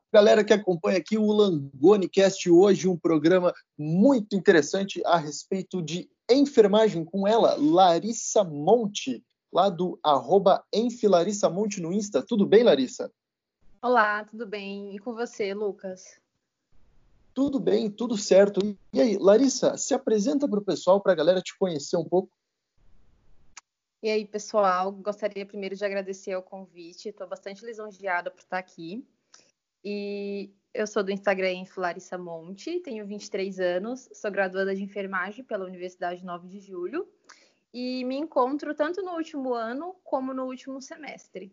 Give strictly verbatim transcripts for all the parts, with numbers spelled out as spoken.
Galera que acompanha aqui o LangoneCast, hoje um programa muito interessante a respeito de enfermagem com ela, Larissa Monte, lá do arroba Enfilarissamonte no Insta. Tudo bem, Larissa? Olá, tudo bem? E com você, Lucas? Tudo bem, tudo certo. E aí, Larissa, se apresenta para o pessoal, para a galera te conhecer um pouco. E aí, pessoal, gostaria primeiro de agradecer o convite. Estou bastante lisonjeada por estar aqui. E eu sou do Instagram Enfilarissamonte, tenho vinte e três anos, sou graduada de enfermagem pela Universidade nove de Julho e me encontro tanto no último ano como no último semestre.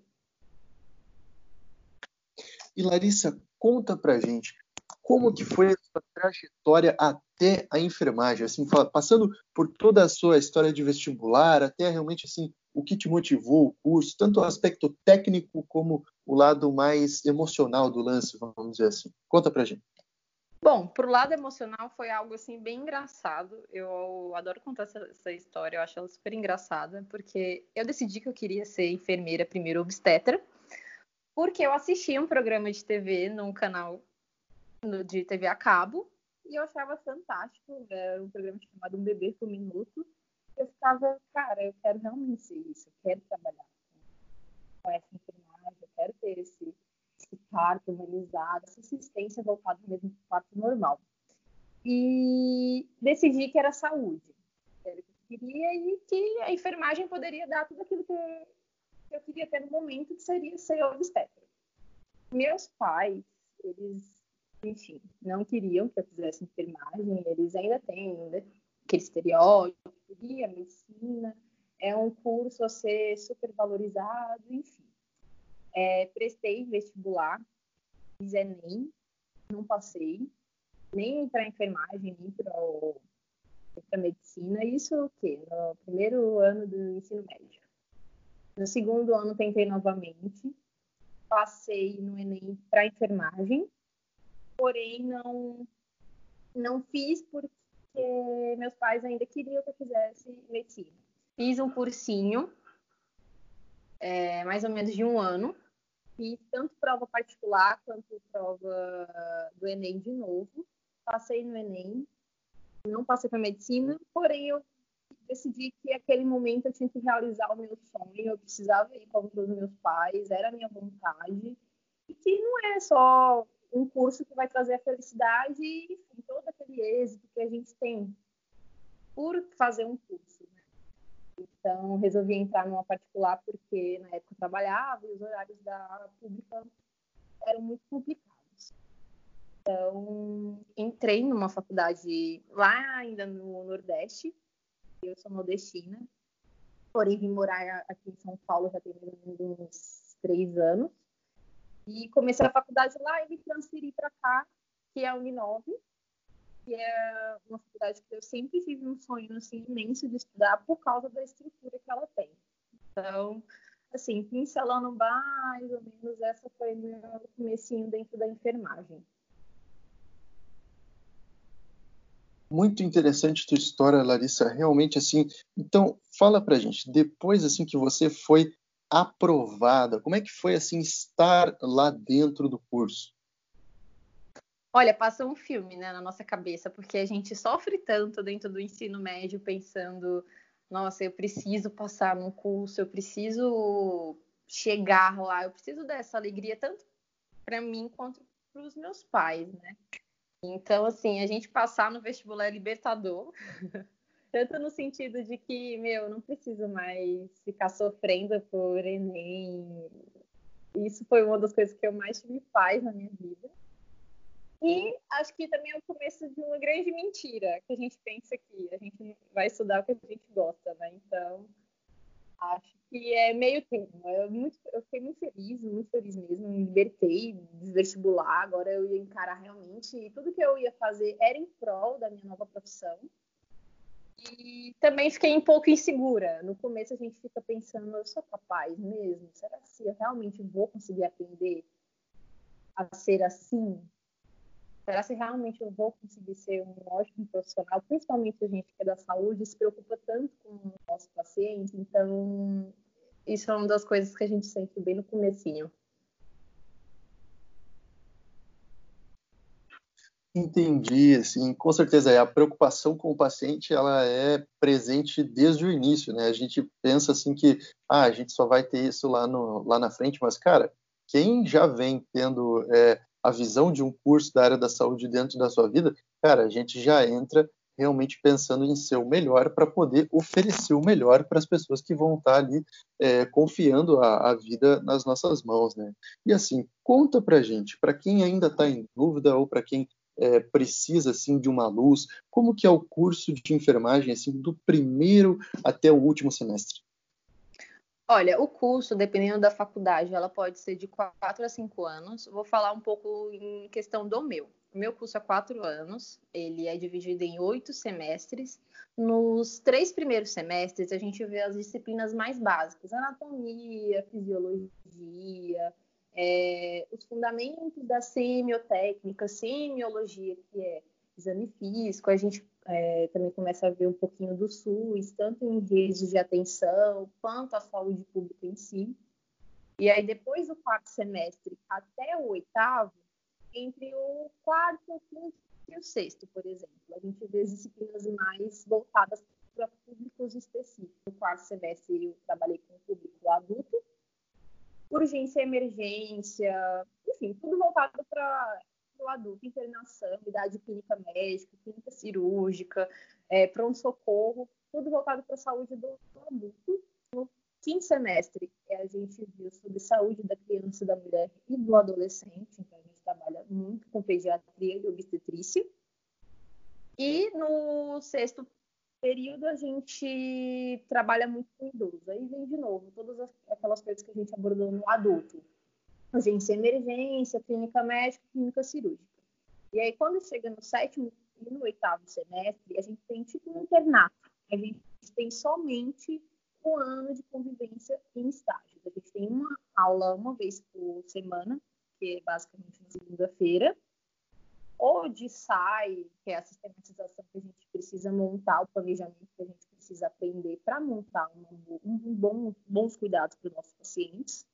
E Larissa, conta pra gente, como que foi a sua trajetória até a enfermagem, assim, passando por toda a sua história de vestibular, até realmente assim, o que te motivou o curso, tanto o aspecto técnico como o lado mais emocional do lance, vamos dizer assim. Conta pra gente. Bom, pro lado emocional foi algo assim bem engraçado. Eu adoro contar essa, essa história, eu acho ela super engraçada, porque eu decidi que eu queria ser enfermeira primeiro obstetra, porque eu assisti um programa de T V num canal de T V a cabo e eu achava fantástico. Era um programa chamado Um Bebê por Minuto. Eu ficava, cara, eu quero realmente ser isso, eu quero trabalhar com essa enfermagem, eu quero ter esse, esse parto humanizado, essa assistência voltada mesmo para o parto normal. E decidi que era saúde, que era o que eu queria e que a enfermagem poderia dar tudo aquilo que eu, que eu queria ter no momento, que seria ser obstetra. Meus pais, eles, enfim, não queriam que eu fizesse enfermagem, eles ainda têm ainda aquele estereótipo, queria medicina, é um curso a ser super valorizado, enfim. É, prestei vestibular, fiz Enem, não passei, nem para enfermagem, nem para medicina, isso o quê? No primeiro ano do ensino médio. No segundo ano tentei novamente, passei no Enem para enfermagem, porém não, não fiz porque meus pais ainda queriam que eu fizesse medicina. Fiz um cursinho, é, mais ou menos de um ano, fiz tanto prova particular quanto prova do Enem de novo, passei no Enem, não passei para medicina, porém eu decidi que naquele momento eu tinha que realizar o meu sonho, eu precisava ir com os meus pais, era a minha vontade, e que não é só um curso que vai trazer a felicidade e enfim, todo aquele êxito que a gente tem por fazer um curso. Né? Então, resolvi entrar numa particular porque na época eu trabalhava e os horários da pública eram muito complicados. Então, entrei numa faculdade lá ainda no Nordeste, eu sou nordestina, porém vim morar aqui em São Paulo já tem uns três anos. E comecei a faculdade lá e me transferi para cá, que é a Uninove, que é uma faculdade que eu sempre tive um sonho assim, imenso de estudar por causa da estrutura que ela tem. Então, assim, pincelando mais ou menos, essa foi o meu comecinho dentro da enfermagem. Muito interessante a tua história, Larissa, realmente assim. Então, fala pra gente, depois assim que você foi aprovada, como é que foi assim estar lá dentro do curso? Olha, passa um filme, né, na nossa cabeça, porque a gente sofre tanto dentro do ensino médio pensando, nossa, eu preciso passar num curso, eu preciso chegar lá, eu preciso dessa alegria tanto para mim quanto para os meus pais, né? Então, assim, a gente passar no vestibular é libertador, tanto no sentido de que, meu, não preciso mais ficar sofrendo por Enem. Isso foi uma das coisas que eu mais tive paz na minha vida. E acho que também é o começo de uma grande mentira, que a gente pensa que a gente vai estudar o que a gente gosta, né? Então, acho que é meio termo. Eu, muito, eu fiquei muito feliz, muito feliz mesmo, me libertei do vestibular, agora eu ia encarar realmente, e tudo que eu ia fazer era em prol da minha nova profissão. E também fiquei um pouco insegura. No começo a gente fica pensando, eu sou capaz mesmo? Será que eu realmente vou conseguir aprender a ser assim? Será que realmente eu vou conseguir ser um ótimo profissional? Principalmente a gente que é da saúde, se preocupa tanto com o nosso paciente. Então, isso é uma das coisas que a gente sente bem no comecinho. Entendi, assim, com certeza, é, a preocupação com o paciente, ela é presente desde o início, né? A gente pensa assim que, ah, a gente só vai ter isso lá, no, lá na frente, mas, cara, quem já vem tendo é, a visão de um curso da área da saúde dentro da sua vida, cara, a gente já entra realmente pensando em ser o melhor para poder oferecer o melhor para as pessoas que vão estar ali é, confiando a, a vida nas nossas mãos, né? E assim, conta pra gente, para quem ainda está em dúvida ou para quem é, precisa assim de uma luz? Como que é o curso de enfermagem assim do primeiro até o último semestre? Olha, o curso, dependendo da faculdade, ela pode ser de quatro a cinco anos. Vou falar um pouco em questão do meu. O meu curso é quatro anos, ele é dividido em oito semestres. Nos três primeiros semestres, a gente vê as disciplinas mais básicas: anatomia, fisiologia, é, os fundamentos da semiotécnica, semiologia, que é exame físico. A gente é, também começa a ver um pouquinho do SUS, tanto em redes de atenção, quanto a saúde pública em si. E aí, depois do quarto semestre até o oitavo, entre o quarto, o quinto e o sexto, por exemplo, a gente vê as disciplinas mais voltadas para públicos específicos. No quarto semestre, eu trabalhei com o público adulto, urgência e emergência, enfim, tudo voltado para o adulto: internação, idade clínica médica, clínica cirúrgica, é, pronto-socorro, tudo voltado para a saúde do, do adulto. No quinto semestre, é, a gente viu sobre saúde da criança, da mulher e do adolescente, então a gente trabalha muito com pediatria e obstetrícia. E no sexto período, a gente trabalha muito com idoso. Aí vem de novo todas aquelas coisas que a gente abordou no adulto: urgência e emergência, clínica médica, clínica cirúrgica. E aí, quando chega no sétimo e no oitavo semestre, a gente tem tipo um internato. A gente tem somente um ano de convivência em estágios. A gente tem uma aula uma vez por semana, que é basicamente na segunda-feira, ou de S A I, que é a sistematização que a gente precisa montar, o planejamento que a gente precisa aprender para montar um, um bom, bons cuidados para os nossos pacientes.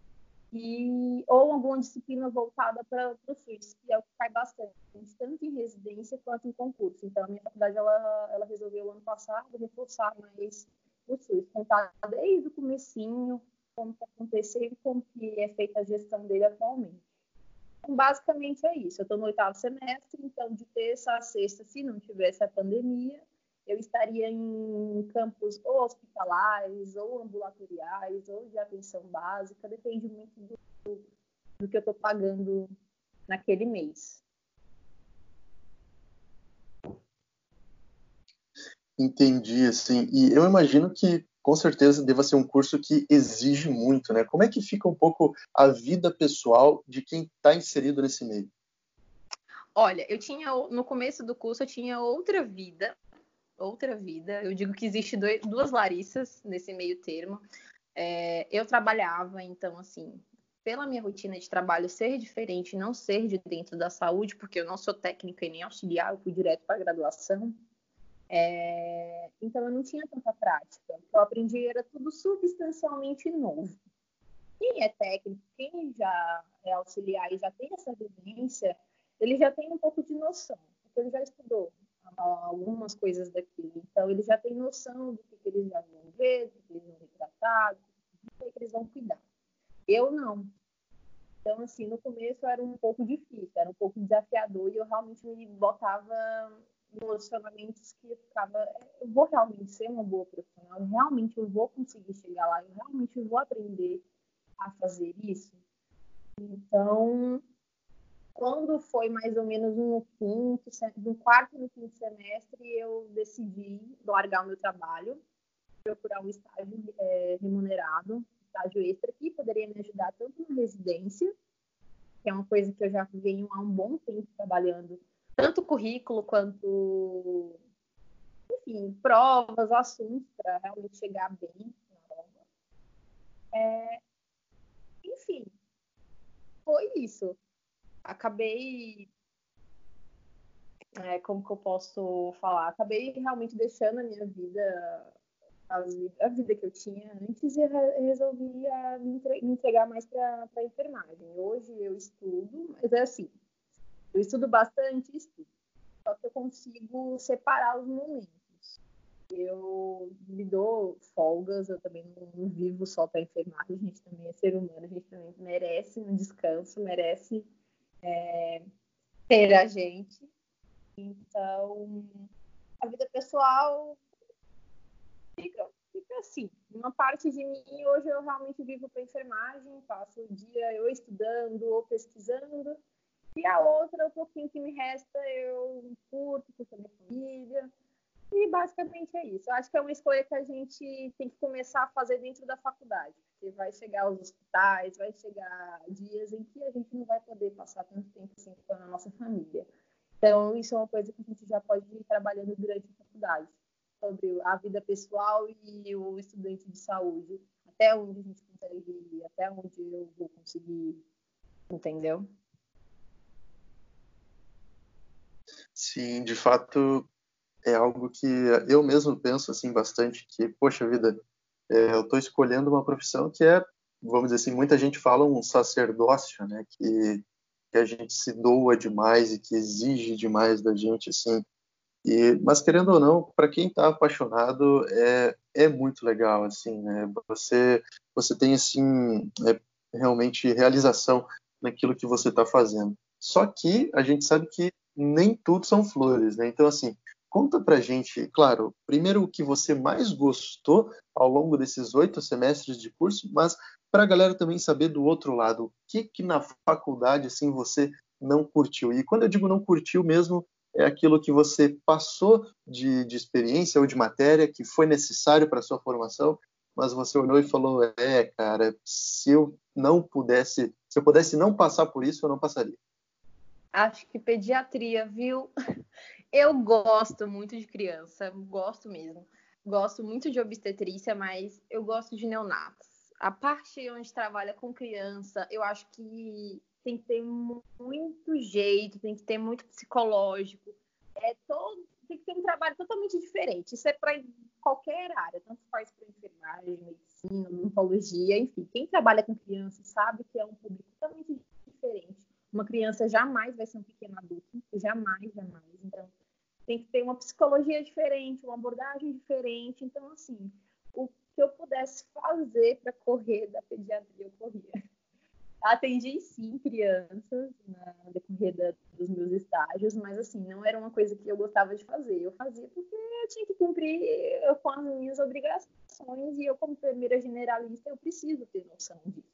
E, ou alguma disciplina voltada para o SUS, que é o que cai bastante, tanto em residência quanto em concurso. Então, a minha faculdade, ela, ela resolveu, ano passado, reforçar mais o SUS, contar desde o comecinho como que aconteceu e como que é feita a gestão dele atualmente. Então, basicamente é isso. Eu estou no oitavo semestre, então de terça a sexta, se não tivesse a pandemia, eu estaria em campos ou hospitalares, ou ambulatoriais, ou de atenção básica, depende muito do, do que eu estou pagando naquele mês. Entendi, assim, e eu imagino que com certeza deva ser um curso que exige muito, né? Como é que fica um pouco a vida pessoal de quem está inserido nesse meio? Olha, eu tinha, no começo do curso, eu tinha outra vida, outra vida. Eu digo que existe dois, duas Larissas nesse meio termo. É, eu trabalhava, então, assim, pela minha rotina de trabalho ser diferente, não ser de dentro da saúde, porque eu não sou técnica e nem auxiliar, eu fui direto para a graduação. É, então, eu não tinha tanta prática. O que eu aprendi era tudo substancialmente novo. Quem é técnico, quem já é auxiliar e já tem essa vivência, ele já tem um pouco de noção, porque ele já estudou algumas coisas daquilo. Então, ele já tem noção do que eles já vão ver, do que eles vão retratar, do que eles vão cuidar. Eu não. Então, assim, no começo era um pouco difícil, era um pouco desafiador, e eu realmente me botava em posicionamentos que eu ficava: eu vou realmente ser uma boa profissional, eu realmente eu vou conseguir chegar lá, eu realmente vou aprender a fazer isso. Então, quando foi mais ou menos no quinto, no quarto e no quinto semestre, eu decidi largar o meu trabalho, procurar um estágio é, remunerado, estágio extra, que poderia me ajudar tanto na residência, que é uma coisa que eu já venho há um bom tempo trabalhando, tanto currículo quanto, enfim, provas, assuntos, para realmente chegar bem na prova. É, enfim, foi isso. Acabei, é, como que eu posso falar? Acabei realmente deixando a minha vida, a vida, a vida que eu tinha antes, e resolvi me entregar mais para a enfermagem. Hoje eu estudo, mas é assim, Eu estudo bastante, estudo. Só que eu consigo separar os momentos. Eu me dou folgas, eu também não, não vivo só para enfermagem, a gente também é ser humano, a gente também merece um descanso, merece é, ter a gente. Então, a vida pessoal fica, fica assim. Uma parte de mim, hoje eu realmente vivo para enfermagem, passo o dia eu estudando ou pesquisando, e a outra, o pouquinho que me resta, eu curto, curto a minha família. E basicamente é isso. Eu acho que é uma escolha que a gente tem que começar a fazer dentro da faculdade, porque vai chegar aos hospitais, vai chegar dias em que a gente não vai poder passar tanto tempo assim com a nossa família. Então, isso é uma coisa que a gente já pode ir trabalhando durante a faculdade, sobre a vida pessoal e o estudante de saúde. Até onde a gente consegue ir, até onde eu vou conseguir, entendeu? Sim, de fato, é algo que eu mesmo penso assim bastante, que, poxa vida, é, eu estou escolhendo uma profissão que é, vamos dizer assim, muita gente fala um sacerdócio, né? Que, que a gente se doa demais e que exige demais da gente, assim. E, mas querendo ou não, para quem está apaixonado, é, é muito legal, assim, né? Você, você tem, assim, é, realmente realização naquilo que você está fazendo. Só que a gente sabe que nem tudo são flores, né? Então, assim, conta pra gente, claro, primeiro o que você mais gostou ao longo desses oito semestres de curso, mas para a galera também saber do outro lado, o que que na faculdade, assim, você não curtiu. E quando eu digo não curtiu mesmo, é aquilo que você passou de, de experiência ou de matéria que foi necessário para a sua formação, mas você olhou e falou, é, cara, se eu não pudesse, se eu pudesse não passar por isso, eu não passaria. Acho que pediatria, viu? Eu gosto muito de criança, gosto mesmo. Gosto muito de obstetrícia, mas eu gosto de neonatos. A parte onde trabalha com criança, eu acho que tem que ter muito jeito, tem que ter muito psicológico. É todo, tem que ter um trabalho totalmente diferente. Isso é para qualquer área, tanto faz para enfermagem, medicina, odontologia, enfim. Quem trabalha com criança sabe que é um público totalmente diferente. Uma criança jamais vai ser um pequeno adulto, jamais, jamais. Então, tem que ter uma psicologia diferente, uma abordagem diferente. Então, assim, o que eu pudesse fazer para correr da pediatria, eu corria. Atendi, sim, crianças na decorrer dos meus estágios, mas, assim, não era uma coisa que eu gostava de fazer. Eu fazia porque eu tinha que cumprir com as minhas obrigações e eu, como enfermeira generalista, eu preciso ter noção disso.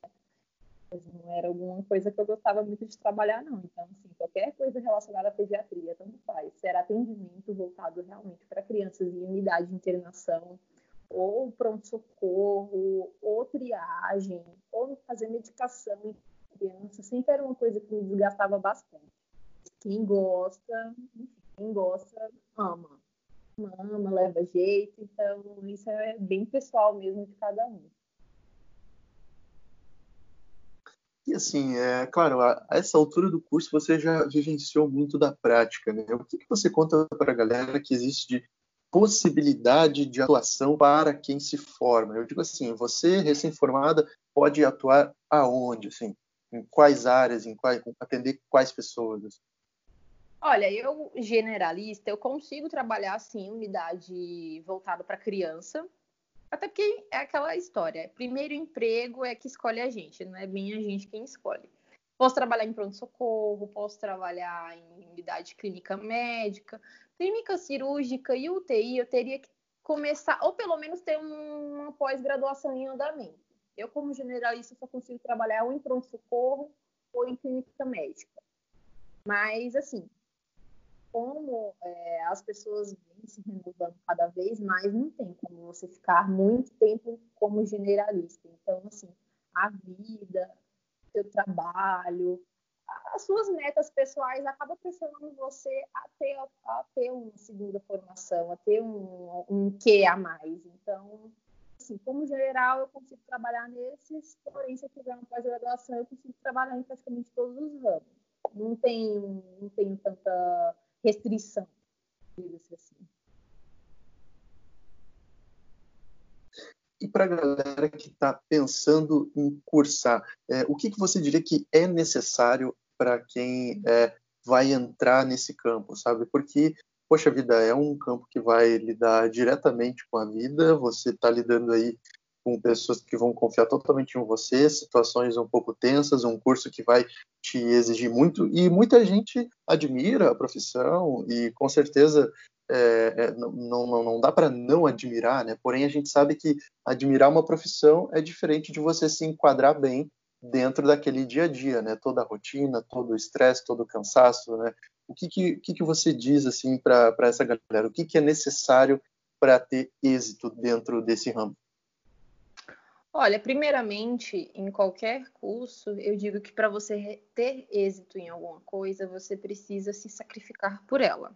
Mas não era alguma coisa que eu gostava muito de trabalhar, não. Então, assim, qualquer coisa relacionada à pediatria, tanto faz. Se era atendimento voltado realmente para crianças em unidade de internação, ou pronto-socorro, ou triagem, ou fazer medicação em criança, sempre era uma coisa que me desgastava bastante. Quem gosta, quem gosta, ama. Ama, leva jeito. Então, isso é bem pessoal mesmo de cada um. E assim, é claro, a, a essa altura do curso você já vivenciou muito da prática, né? O que, que você conta para a galera que existe de possibilidade de atuação para quem se forma? Eu digo assim, você recém-formada pode atuar aonde, assim, em quais áreas, em quais, atender quais pessoas? Assim? Olha, eu generalista, eu consigo trabalhar assim, em unidade voltada para criança. Até porque é aquela história. Primeiro emprego é que escolhe a gente, não é bem a gente quem escolhe. Posso trabalhar em pronto-socorro, posso trabalhar em unidade clínica médica, clínica cirúrgica e U T I. Eu teria que começar, ou pelo menos ter uma pós-graduação em andamento. Eu, como generalista, só consigo trabalhar ou em pronto-socorro ou em clínica médica. Mas, assim, como é, as pessoas vêm se renovando cada vez mais, não tem como você ficar muito tempo como generalista. Então, assim, a vida, o seu trabalho, as suas metas pessoais acabam pressionando você a ter, a ter uma segunda formação, a ter um, um quê a mais. Então, assim, como geral, eu consigo trabalhar nesses, porém, se eu tiver uma pós-graduação, eu consigo trabalhar em praticamente todos os ramos. Não tenho, não tenho tanta restrição, diga-se assim. E para a galera que está pensando em cursar, é, o que, que você diria que é necessário para quem é, vai entrar nesse campo, sabe? Porque, poxa vida, é um campo que vai lidar diretamente com a vida, você está lidando aí com pessoas que vão confiar totalmente em você, situações um pouco tensas, um curso que vai te exigir muito, e muita gente admira a profissão, e com certeza é, é, não, não, não dá para não admirar, né? Porém, a gente sabe que admirar uma profissão é diferente de você se enquadrar bem dentro daquele dia a dia, né? Toda a rotina, todo o estresse, todo o cansaço, né? O que que, que, que você diz assim para essa galera? O que, que é necessário para ter êxito dentro desse ramo? Olha, primeiramente, em qualquer curso, eu digo que para você ter êxito em alguma coisa, você precisa se sacrificar por ela.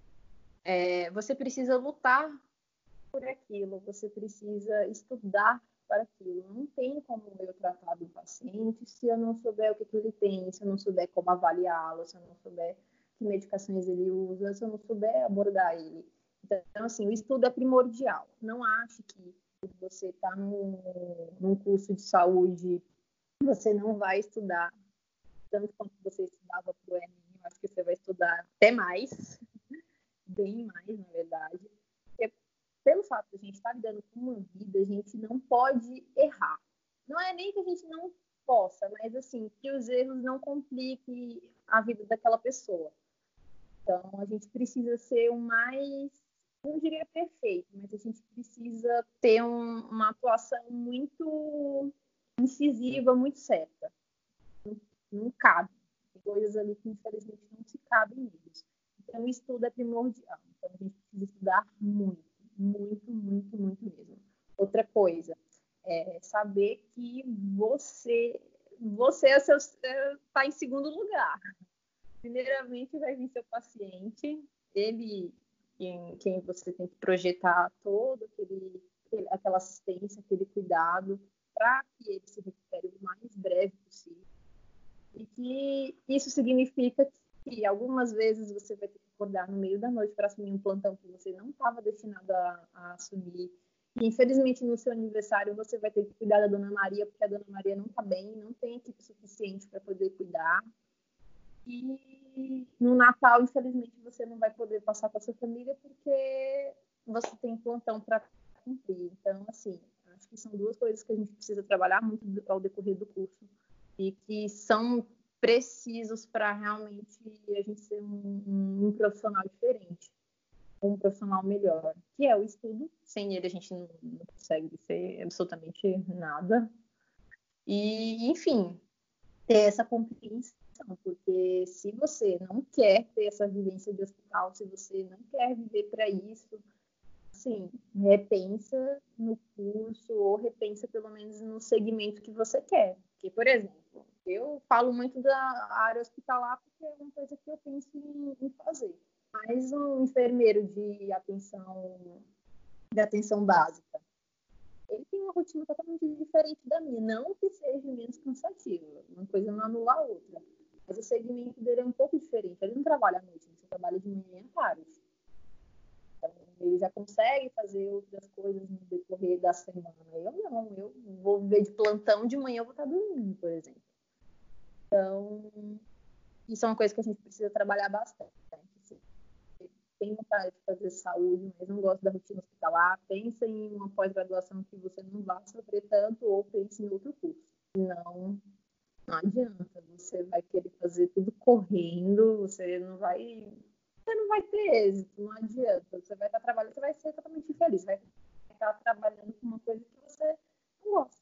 É, você precisa lutar por aquilo, você precisa estudar para aquilo. Não tem como eu tratar do paciente se eu não souber o que, que ele tem, se eu não souber como avaliá-lo, se eu não souber que medicações ele usa, se eu não souber abordar ele. Então, assim, o estudo é primordial. Não ache que você está num, num curso de saúde, você não vai estudar tanto quanto você estudava para o Enem. Eu acho que você vai estudar até mais, bem mais, na verdade. Porque pelo fato de a gente estar lidando com uma vida, a gente não pode errar. Não é nem que a gente não possa, mas assim, que os erros não compliquem a vida daquela pessoa. Então, a gente precisa ser o mais, não diria perfeito, mas a gente precisa ter um, uma atuação muito incisiva, muito certa. Não, não cabe. Tem coisas ali que, infelizmente, não se cabem neles. Então, o estudo é primordial. Então, a gente precisa estudar muito, muito, muito, muito mesmo. Outra coisa, é saber que você, você está é tá em segundo lugar. Primeiramente, vai vir seu paciente, ele em quem você tem que projetar todo aquele, aquela assistência, aquele cuidado, para que ele se recupere o mais breve possível. E que isso significa que algumas vezes você vai ter que acordar no meio da noite para assumir um plantão que você não estava destinado a, a assumir. E, infelizmente, no seu aniversário, você vai ter que cuidar da Dona Maria, porque a Dona Maria não está bem, não tem equipe suficiente para poder cuidar. E no Natal, infelizmente, você não vai poder passar com a sua família porque você tem plantão para cumprir. Então, assim, acho que são duas coisas que a gente precisa trabalhar muito ao decorrer do curso e que são precisos para realmente a gente ser um, um, um profissional diferente, um profissional melhor, que é o estudo. Sem ele a gente não, não consegue ser absolutamente nada. E, enfim, ter essa compreensão, porque se você não quer ter essa vivência de hospital, se você não quer viver para isso, assim, repensa no curso ou repensa pelo menos no segmento que você quer. Porque, por exemplo, eu falo muito da área hospitalar porque é uma coisa que eu penso em, em fazer. Mas um enfermeiro de atenção, de atenção básica, ele tem uma rotina totalmente diferente da minha. Não que seja menos cansativa, uma coisa não anula a outra. Mas o segmento dele é um pouco diferente. Ele não trabalha à noite, ele trabalha de manhã à tarde. Então, ele já consegue fazer outras coisas no decorrer da semana. Eu não, eu vou viver de plantão, de manhã eu vou estar dormindo, por exemplo. Então, isso é uma coisa que a gente precisa trabalhar bastante. Tem vontade de fazer saúde, mas não gosta da rotina hospitalar, pensa em uma pós-graduação que você não vai sofrer tanto ou pense em outro curso. Não, não adianta. Você vai querer fazer tudo correndo, você não vai, você não vai ter êxito, não adianta. Você vai estar trabalhando, você vai ser totalmente infeliz, vai estar trabalhando com uma coisa que você não gosta.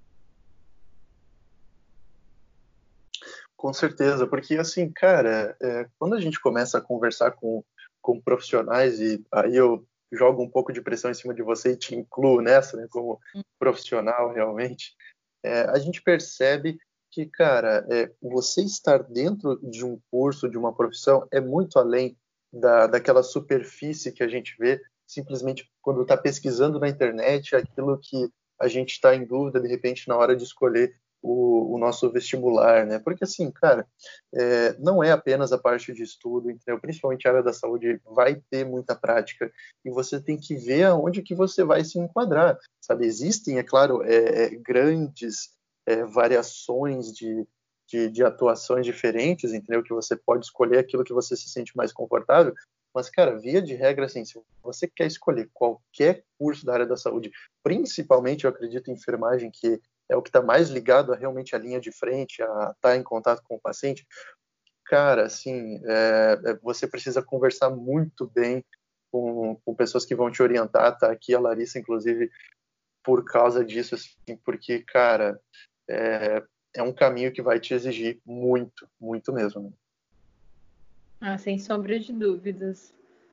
Com certeza, porque assim, cara, é, quando a gente começa a conversar com, com profissionais, e aí eu jogo um pouco de pressão em cima de você e te incluo nessa, né, como profissional realmente, é, a gente percebe que, cara, é, você estar dentro de um curso, de uma profissão, é muito além da, daquela superfície que a gente vê simplesmente quando está pesquisando na internet aquilo que a gente está em dúvida, de repente, na hora de escolher o, o nosso vestibular, né? Porque, assim, cara, é, não é apenas a parte de estudo, entendeu? Principalmente a área da saúde vai ter muita prática e você tem que ver aonde que você vai se enquadrar, sabe? Existem, é claro, é, é, grandes é, variações de, de, de atuações diferentes, entendeu? Que você pode escolher aquilo que você se sente mais confortável. Mas, cara, via de regra, assim, se você quer escolher qualquer curso da área da saúde, principalmente, eu acredito, em enfermagem, que é o que está mais ligado a realmente a linha de frente, a estar em contato com o paciente, cara, assim, é, é, você precisa conversar muito bem com, com pessoas que vão te orientar, tá? Aqui a Larissa, inclusive, por causa disso, assim, porque, cara, é, é um caminho que vai te exigir muito, muito mesmo, né? Ah, sem sombra de dúvidas.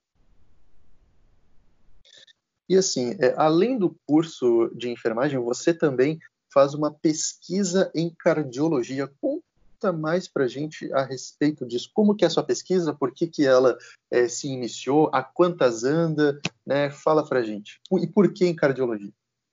E assim, é, além do curso de enfermagem, você também faz uma pesquisa em cardiologia. Conta mais para a gente a respeito disso. Como que é a sua pesquisa? Por que, que ela é, se iniciou? A quantas anda? Né? Fala para a gente. E por que em cardiologia?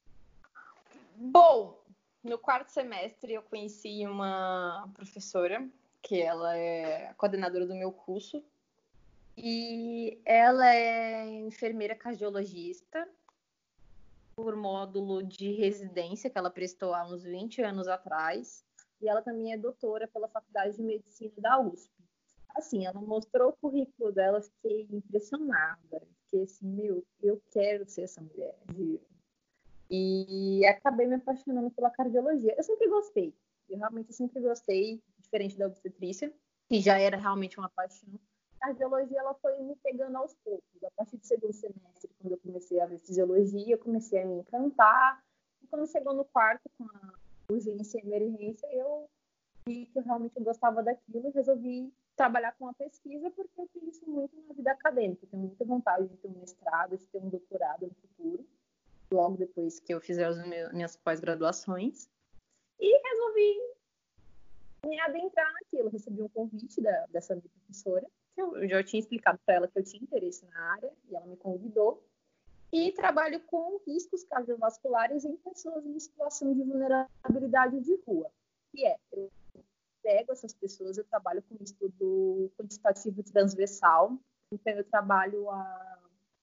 Bom, no quarto semestre eu conheci uma professora, que ela é a coordenadora do meu curso, e ela é enfermeira cardiologista por módulo de residência que ela prestou há uns vinte anos atrás, e ela também é doutora pela Faculdade de Medicina da U S P. Assim, ela mostrou o currículo dela, fiquei impressionada, fiquei assim, meu, eu quero ser essa mulher, de... E acabei me apaixonando pela cardiologia. Eu sempre gostei, eu realmente sempre gostei, diferente da obstetrícia, que já era realmente uma paixão. A cardiologia, ela foi me pegando aos poucos. A partir do segundo semestre, quando eu comecei a ver fisiologia, eu comecei a me encantar. E quando chegou no quarto, com a urgência e emergência, eu vi que eu realmente gostava daquilo e resolvi trabalhar com a pesquisa, porque eu penso muito na vida acadêmica. Eu tenho muita vontade de ter um mestrado, de ter um doutorado no futuro, logo depois que eu fizer as minhas pós-graduações. E resolvi me adentrar naquilo. Recebi um convite da, dessa minha professora, que eu, eu já tinha explicado para ela que eu tinha interesse na área, e ela me convidou. E trabalho com riscos cardiovasculares em pessoas em situação de vulnerabilidade de rua. Que é, eu pego essas pessoas, eu trabalho com estudo quantitativo transversal, então eu trabalho a,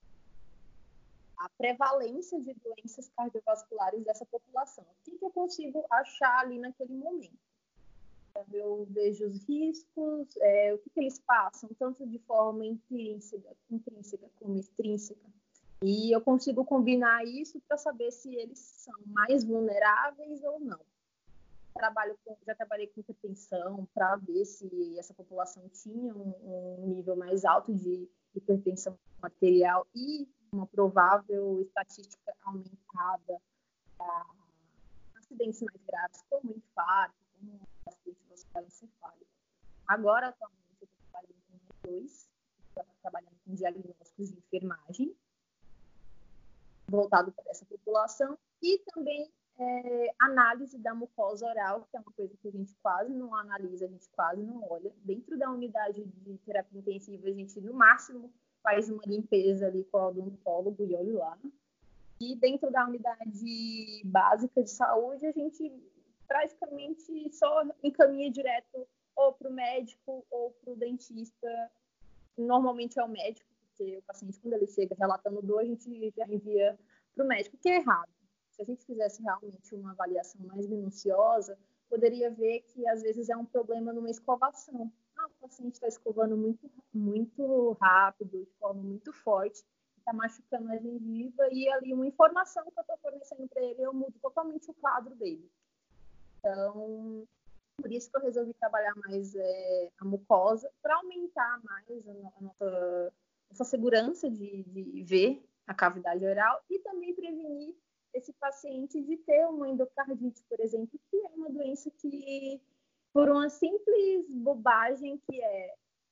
a prevalência de doenças cardiovasculares dessa população. O que, que eu consigo achar ali naquele momento? Eu vejo os riscos, é, o que, que eles passam, tanto de forma intrínseca, intrínseca como extrínseca. E eu consigo combinar isso para saber se eles são mais vulneráveis ou não. Trabalho com, já trabalhei com hipertensão para ver se essa população tinha um, um nível mais alto de hipertensão arterial e uma provável estatística aumentada para acidentes mais graves, como infarto, como um acidente vascular encefálico. Agora, atualmente, eu estou trabalhando com dois, trabalhando com diagnósticos de enfermagem, voltado para essa população, e também é, análise da mucosa oral, que é uma coisa que a gente quase não analisa, a gente quase não olha. Dentro da unidade de terapia intensiva, a gente, no máximo, faz uma limpeza ali com o odontólogo e olha lá. E dentro da unidade básica de saúde, a gente praticamente só encaminha direto ou para o médico ou para o dentista. Normalmente é o médico, porque o paciente, quando ele chega relatando dor, a gente já envia para o médico, que é errado. Se a gente fizesse realmente uma avaliação mais minuciosa, poderia ver que às vezes é um problema numa escovação. Ah, o paciente está escovando muito, muito rápido, de forma muito forte, está machucando a gengiva, e ali uma informação que eu estou fornecendo para ele, eu mudo totalmente o quadro dele. Então, por isso que eu resolvi trabalhar mais é, a mucosa, para aumentar mais a, a nossa, nossa segurança de, de ver a cavidade oral e também prevenir esse paciente de ter uma endocardite, por exemplo, que é uma doença que, por uma simples bobagem que é,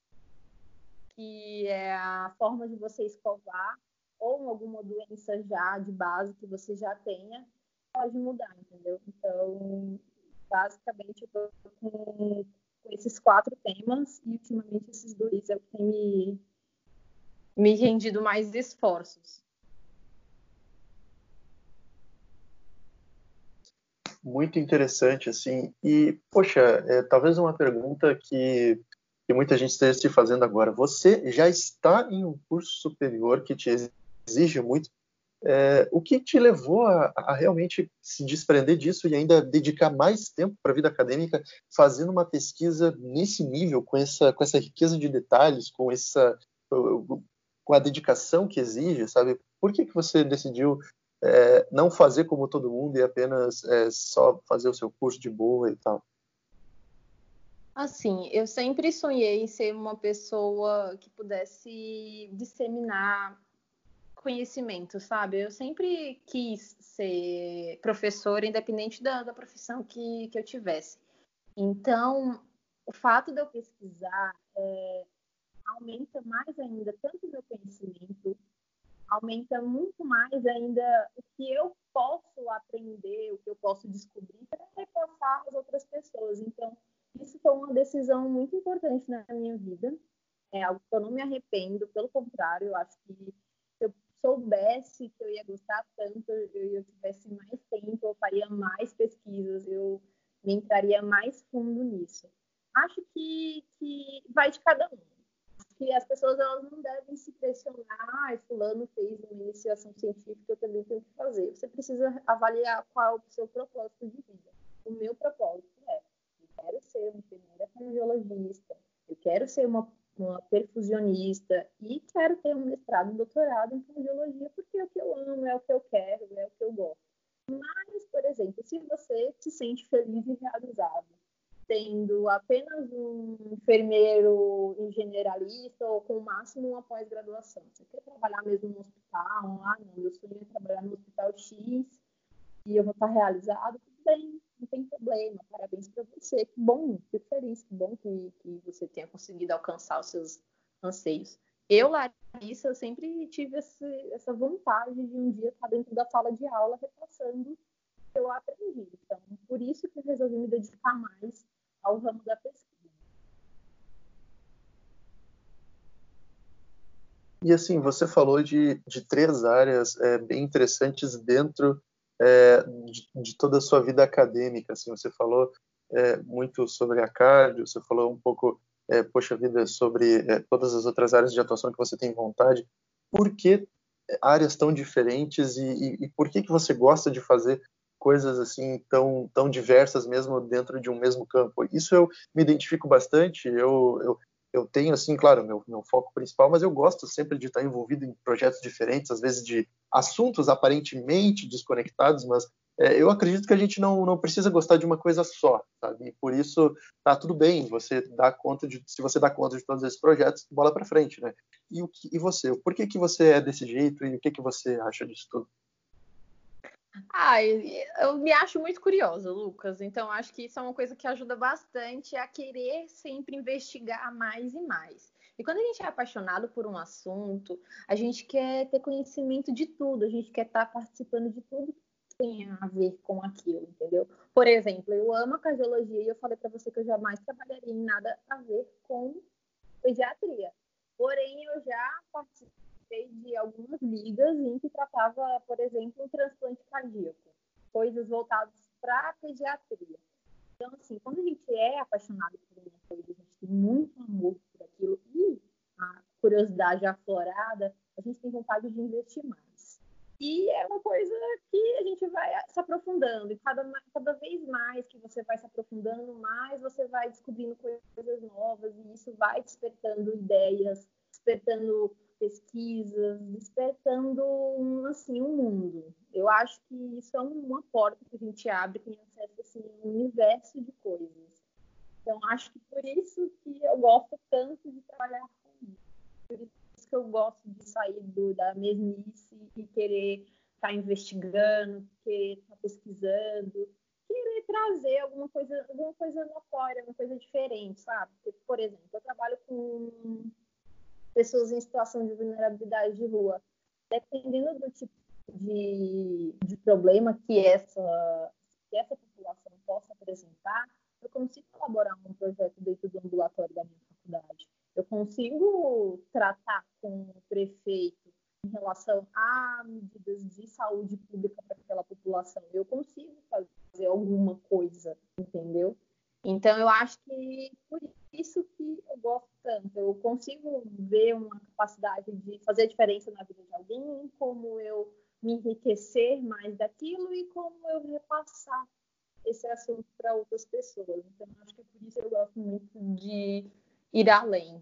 que é a forma de você escovar, ou alguma doença já de base que você já tenha, pode mudar, entendeu? Então, basicamente, eu estou com, com esses quatro temas e, ultimamente, esses dois é o que tem me, me rendido mais esforços. Muito interessante, assim. E, poxa, é, talvez uma pergunta que, que muita gente esteja se fazendo agora. Você já está em um curso superior que te exige muito? É, o que te levou a, a realmente se desprender disso e ainda dedicar mais tempo para a vida acadêmica, fazendo uma pesquisa nesse nível, com essa, com essa riqueza de detalhes, com essa, com a dedicação que exige, sabe? Por que que você decidiu é, não fazer como todo mundo e apenas é, só fazer o seu curso de boa e tal? Assim, eu sempre sonhei em ser uma pessoa que pudesse disseminar conhecimento, sabe? Eu sempre quis ser professora, independente da, da profissão que, que eu tivesse. Então, o fato de eu pesquisar é, aumenta mais ainda tanto o meu conhecimento, aumenta muito mais ainda o que eu posso aprender, o que eu posso descobrir para repassar às outras pessoas. Então, isso foi uma decisão muito importante na minha vida. É algo que eu não me arrependo, pelo contrário, eu acho que se eu soubesse que eu ia gostar tanto, eu, eu tivesse mais tempo, eu faria mais pesquisas, eu me entraria mais fundo nisso. Acho que, que vai de cada um. Que as pessoas elas não devem se pressionar, ah, fulano fez uma iniciação científica, eu também tenho que fazer. Você precisa avaliar qual é o seu propósito de vida. O meu propósito é, eu quero ser uma enfermeira cardiologista, eu quero ser uma, uma perfusionista e quero ter um mestrado, um doutorado em cardiologia, porque é o que eu amo, é o que eu quero, é o que eu gosto. Mas, por exemplo, se você se sente feliz e realizado, tendo apenas um enfermeiro generalista ou com o máximo uma pós-graduação. Você quer trabalhar mesmo no hospital? Ah, não, meu sonho é trabalhar no hospital X e eu vou estar realizado. Tudo bem, não tem problema. Parabéns para você. Que bom, fico feliz. Que bom que, que você tenha conseguido alcançar os seus anseios. Eu, Larissa, sempre tive esse, essa vontade de um dia estar dentro da sala de aula repassando o que eu aprendi. Então, por isso que eu resolvi me dedicar mais ao ramo da pesquisa. E assim, você falou de, de três áreas é, bem interessantes dentro é, de, de toda a sua vida acadêmica. Assim, você falou é, muito sobre a cardio, você falou um pouco, é, poxa vida, sobre é, todas as outras áreas de atuação que você tem vontade. Por que áreas tão diferentes e, e, e por que que você gosta de fazer coisas assim tão tão diversas mesmo dentro de um mesmo campo? Isso eu me identifico bastante. Eu, eu eu tenho, assim, claro, meu, meu foco principal, mas eu gosto sempre de estar envolvido em projetos diferentes, às vezes de assuntos aparentemente desconectados, mas é, eu acredito que a gente não, não precisa gostar de uma coisa só, sabe? E por isso tá tudo bem, você dá conta de, se você dá conta de todos esses projetos, bola para frente, né? E, o que, e você? Por que que você é desse jeito e o que que você acha disso tudo? Ah, eu me acho muito curiosa, Lucas. Então, acho que isso é uma coisa que ajuda bastante a querer sempre investigar mais e mais. E quando a gente é apaixonado por um assunto, a gente quer ter conhecimento de tudo, a gente quer estar participando de tudo que tem a ver com aquilo, entendeu? Por exemplo, eu amo a cardiologia e eu falei para você que eu jamais trabalharia em nada a ver com pediatria. Porém, eu já participei de algumas ligas em que tratava, por exemplo, o transplante cardíaco, coisas voltadas para a pediatria. Então, assim, quando a gente é apaixonado por uma coisa, a gente tem muito amor por aquilo e a curiosidade aflorada, a gente tem vontade de investir mais. E é uma coisa que a gente vai se aprofundando. E cada, cada vez mais que você vai se aprofundando, mais você vai descobrindo coisas novas. E isso vai despertando ideias, despertando pesquisas, despertando um, assim, um mundo. Eu acho que isso é uma porta que a gente abre, que tem acesso assim, a um universo de coisas. Então, acho que por isso que eu gosto tanto de trabalhar com isso. Por isso que eu gosto de sair do, da mesmice e querer estar tá investigando, querer estar tá pesquisando, querer trazer alguma coisa, alguma coisa notória, alguma coisa diferente, sabe? Porque, por exemplo, eu trabalho com pessoas em situação de vulnerabilidade de rua. Dependendo do tipo de, de problema que essa, que essa população possa apresentar, eu consigo elaborar um projeto dentro do ambulatório da minha faculdade. Eu consigo tratar com o prefeito em relação a medidas de saúde pública para aquela população. Eu consigo fazer alguma coisa, entendeu? Então, eu acho que por isso que eu gosto tanto. Eu consigo ver uma capacidade de fazer a diferença na vida de alguém, como eu me enriquecer mais daquilo e como eu repassar esse assunto para outras pessoas. Então, acho que por isso eu gosto muito de ir além.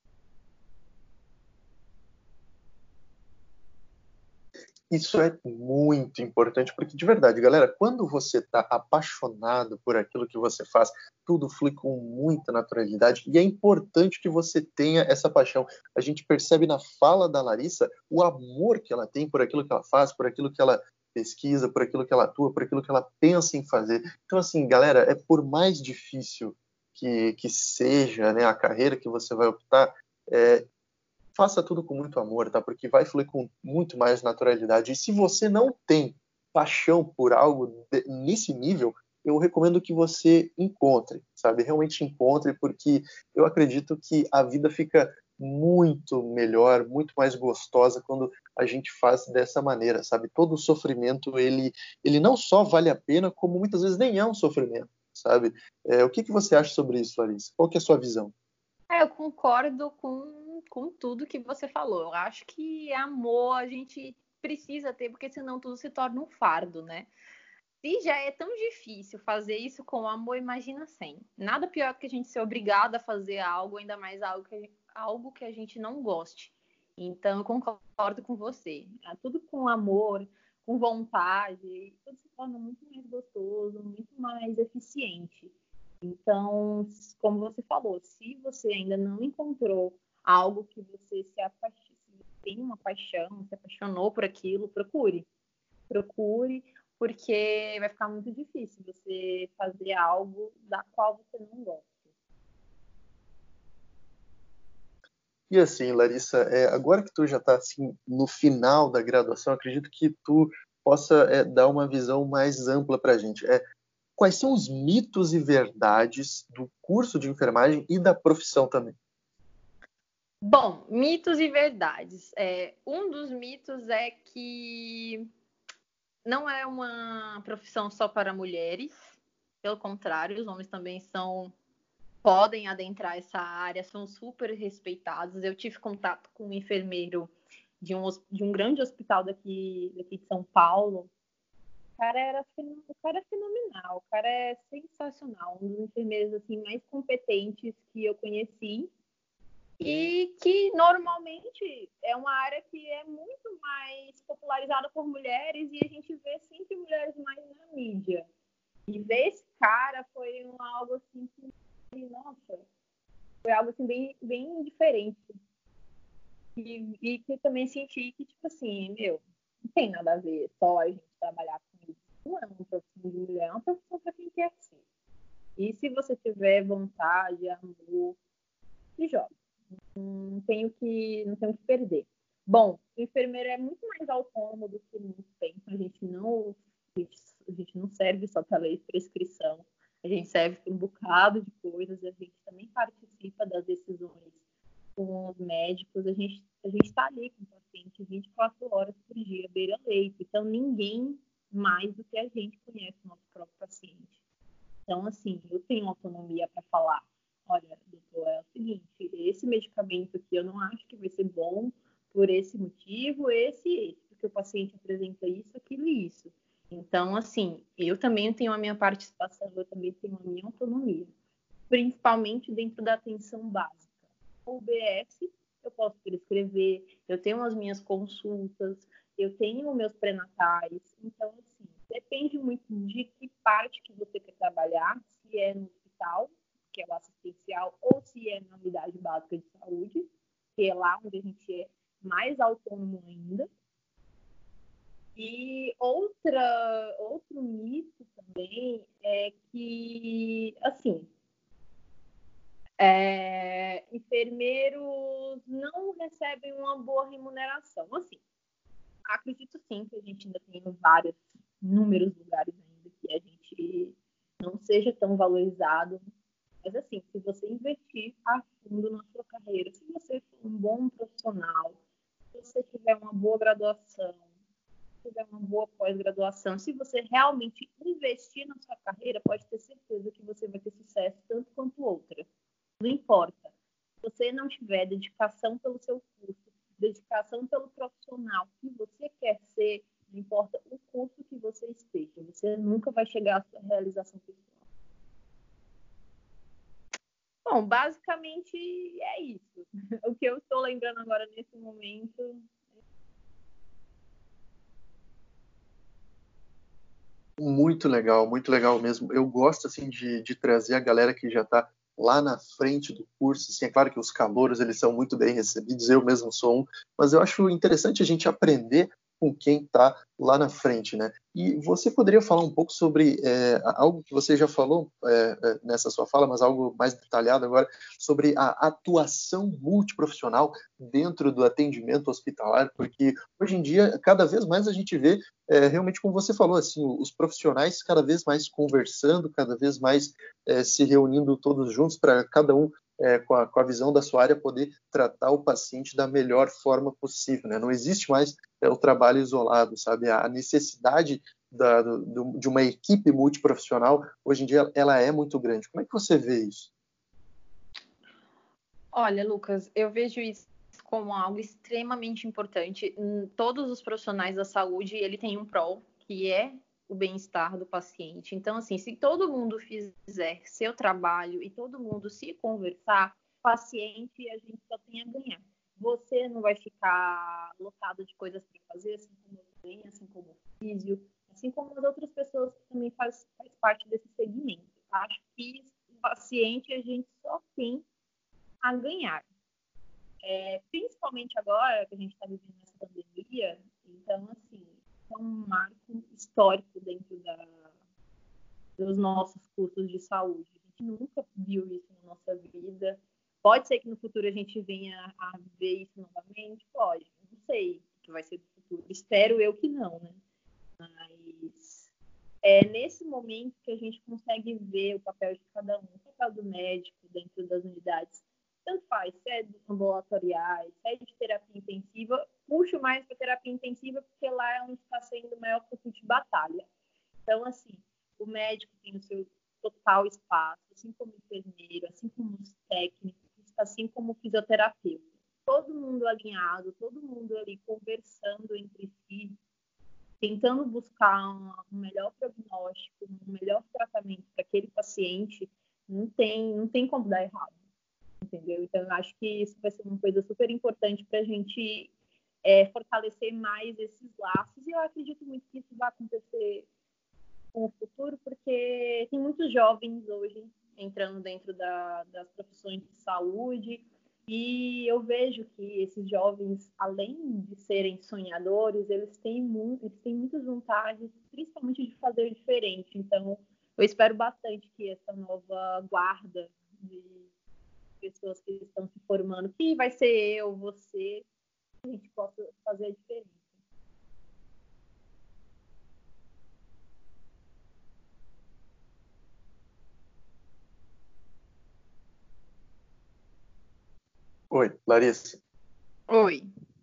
Isso é muito importante, porque de verdade, galera, quando você está apaixonado por aquilo que você faz, tudo flui com muita naturalidade e é importante que você tenha essa paixão. A gente percebe na fala da Larissa o amor que ela tem por aquilo que ela faz, por aquilo que ela pesquisa, por aquilo que ela atua, por aquilo que ela pensa em fazer. Então, assim, galera, é por mais difícil que, que seja, né, a carreira que você vai optar, é, faça tudo com muito amor, tá? Porque vai fluir com muito mais naturalidade. E se você não tem paixão por algo de, nesse nível, eu recomendo que você encontre, sabe? Realmente encontre, porque eu acredito que a vida fica muito melhor, muito mais gostosa quando a gente faz dessa maneira, sabe? Todo o sofrimento, ele, ele não só vale a pena, como muitas vezes nem é um sofrimento, sabe? É, o que, que você acha sobre isso, Larissa? Qual que é a sua visão? É, eu concordo com, com tudo que você falou. Eu acho que amor a gente precisa ter, porque senão tudo se torna um fardo, né? Se já é tão difícil fazer isso com amor, imagina sem. Nada pior que a gente ser obrigado a fazer algo, ainda mais algo que, algo que a gente não goste. Então, eu concordo com você. É tudo com amor, com vontade, tudo se torna muito mais gostoso, muito mais eficiente. Então, como você falou, se você ainda não encontrou algo que você se apaixona, tem uma paixão, se apaixonou por aquilo, procure. Procure, porque vai ficar muito difícil você fazer algo da qual você não gosta. E assim, Larissa, é, agora que tu já está assim, no final da graduação, acredito que tu possa é, dar uma visão mais ampla para a gente. É, quais são os mitos e verdades do curso de enfermagem e da profissão também? Bom, mitos e verdades. É, um dos mitos é que não é uma profissão só para mulheres. Pelo contrário, os homens também são podem adentrar essa área, são super respeitados. Eu tive contato com um enfermeiro de um, de um grande hospital daqui, daqui de São Paulo. O cara, era, o cara é fenomenal, o cara é sensacional, um dos enfermeiros assim, mais competentes que eu conheci e que normalmente é uma área que é muito mais popularizada por mulheres e a gente vê sempre mulheres mais na mídia. E ver esse cara foi um, algo assim que, nossa, foi algo assim bem, bem diferente. E, e que eu também senti que, tipo assim, meu, não tem nada a ver só a gente trabalhar com isso. Não é uma profissão de mulher, é uma profissão para quem quer ser. E se você tiver vontade, amor, se joga. Não tenho que, não tenho que perder. Bom, o enfermeiro é muito mais autônomo do que muito tempo. A gente não, a gente não serve só para ler prescrição. A gente serve para um bocado de coisas. A gente também participa das decisões com os médicos. A gente a gente está ali com o paciente vinte e quatro horas por dia, beira-leito. Então, ninguém mais do que a gente conhece o nosso próprio paciente. Então, assim, eu tenho autonomia para falar, olha, doutor, é o seguinte, esse medicamento aqui eu não acho que vai ser bom por esse motivo, esse e esse, porque o paciente apresenta isso, aquilo e isso. Então, assim, eu também tenho a minha participação, eu também tenho a minha autonomia, principalmente dentro da atenção básica. O B S, eu posso prescrever, eu tenho as minhas consultas, eu tenho meus pré-natais, então, assim, depende muito de que parte que você quer trabalhar, se é no hospital, que é o assistencial, ou se é na unidade básica de saúde, que é lá onde a gente é mais autônomo ainda. E outra, outro mito também é que, assim, é, enfermeiros não recebem uma boa remuneração. Assim, acredito sim que a gente ainda tem vários, inúmeros lugares ainda que a gente não seja tão valorizado. Mas assim, se você investir a fundo na sua carreira, se você for um bom profissional, se você tiver uma boa graduação, se tiver uma boa pós-graduação, se você realmente investir na sua carreira, pode ter certeza que você vai ter sucesso tanto quanto outra. Não importa. Se você não tiver dedicação pelo seu curso, dedicação pelo profissional que você quer ser, não vai chegar à sua realização pessoal? Bom, basicamente é isso. O que eu estou lembrando agora nesse momento. Muito legal, muito legal mesmo. Eu gosto assim de, de trazer a galera que já está lá na frente do curso. Assim, é claro que os calouros eles são muito bem recebidos, eu mesmo sou um, mas eu acho interessante a gente aprender com quem está lá na frente, né? E você poderia falar um pouco sobre é, algo que você já falou é, é, nessa sua fala, mas algo mais detalhado agora, sobre a atuação multiprofissional dentro do atendimento hospitalar, porque hoje em dia, cada vez mais a gente vê, é, realmente como você falou, assim, os profissionais cada vez mais conversando, cada vez mais é, se reunindo todos juntos para cada um É, com, a, com a visão da sua área, poder tratar o paciente da melhor forma possível, né? Não existe mais é, o trabalho isolado, sabe? A necessidade da, do, de uma equipe multiprofissional, hoje em dia, ela é muito grande. Como é que você vê isso? Olha, Lucas, eu vejo isso como algo extremamente importante. Todos os profissionais da saúde, ele tem um prol, que é o bem-estar do paciente. Então, assim, se todo mundo fizer seu trabalho e todo mundo se conversar, paciente, a gente só tem a ganhar. Você não vai ficar lotado de coisas para fazer, assim como eu também, assim como o físio, assim como as outras pessoas que também faz, faz parte desse segmento. Acho que o paciente a gente só tem a ganhar. É, principalmente agora que a gente está vivendo essa pandemia, então, assim, é um marco histórico dentro da, dos nossos cursos de saúde. A gente nunca viu isso na nossa vida. Pode ser que no futuro a gente venha a ver isso novamente? Pode. Não sei o que vai ser do futuro. Espero eu que não, né? Mas é nesse momento que a gente consegue ver o papel de cada um, o papel do médico dentro das unidades. Tanto faz, se é de ambulatoriais, se é de terapia intensiva, puxo mais para terapia intensiva porque lá é onde está sendo o maior campo de batalha. Então, assim, o médico tem o seu total espaço, assim como o enfermeiro, assim como os técnicos, assim como o fisioterapeuta. Todo mundo alinhado, todo mundo ali conversando entre si, tentando buscar um, um melhor prognóstico, um melhor tratamento para aquele paciente, não tem, não tem como dar errado. Entendeu? Então, eu acho que isso vai ser uma coisa super importante para a gente é, fortalecer mais esses laços, e eu acredito muito que isso vai acontecer com o futuro, porque tem muitos jovens hoje entrando dentro da, das profissões de saúde, e eu vejo que esses jovens, além de serem sonhadores, eles têm, muito, eles têm muitas vantagens, principalmente de fazer diferente. Então, eu espero bastante que essa nova guarda de pessoas que estão se formando, que vai ser eu, você, a gente possa fazer a diferença. Oi, Larissa. Oi.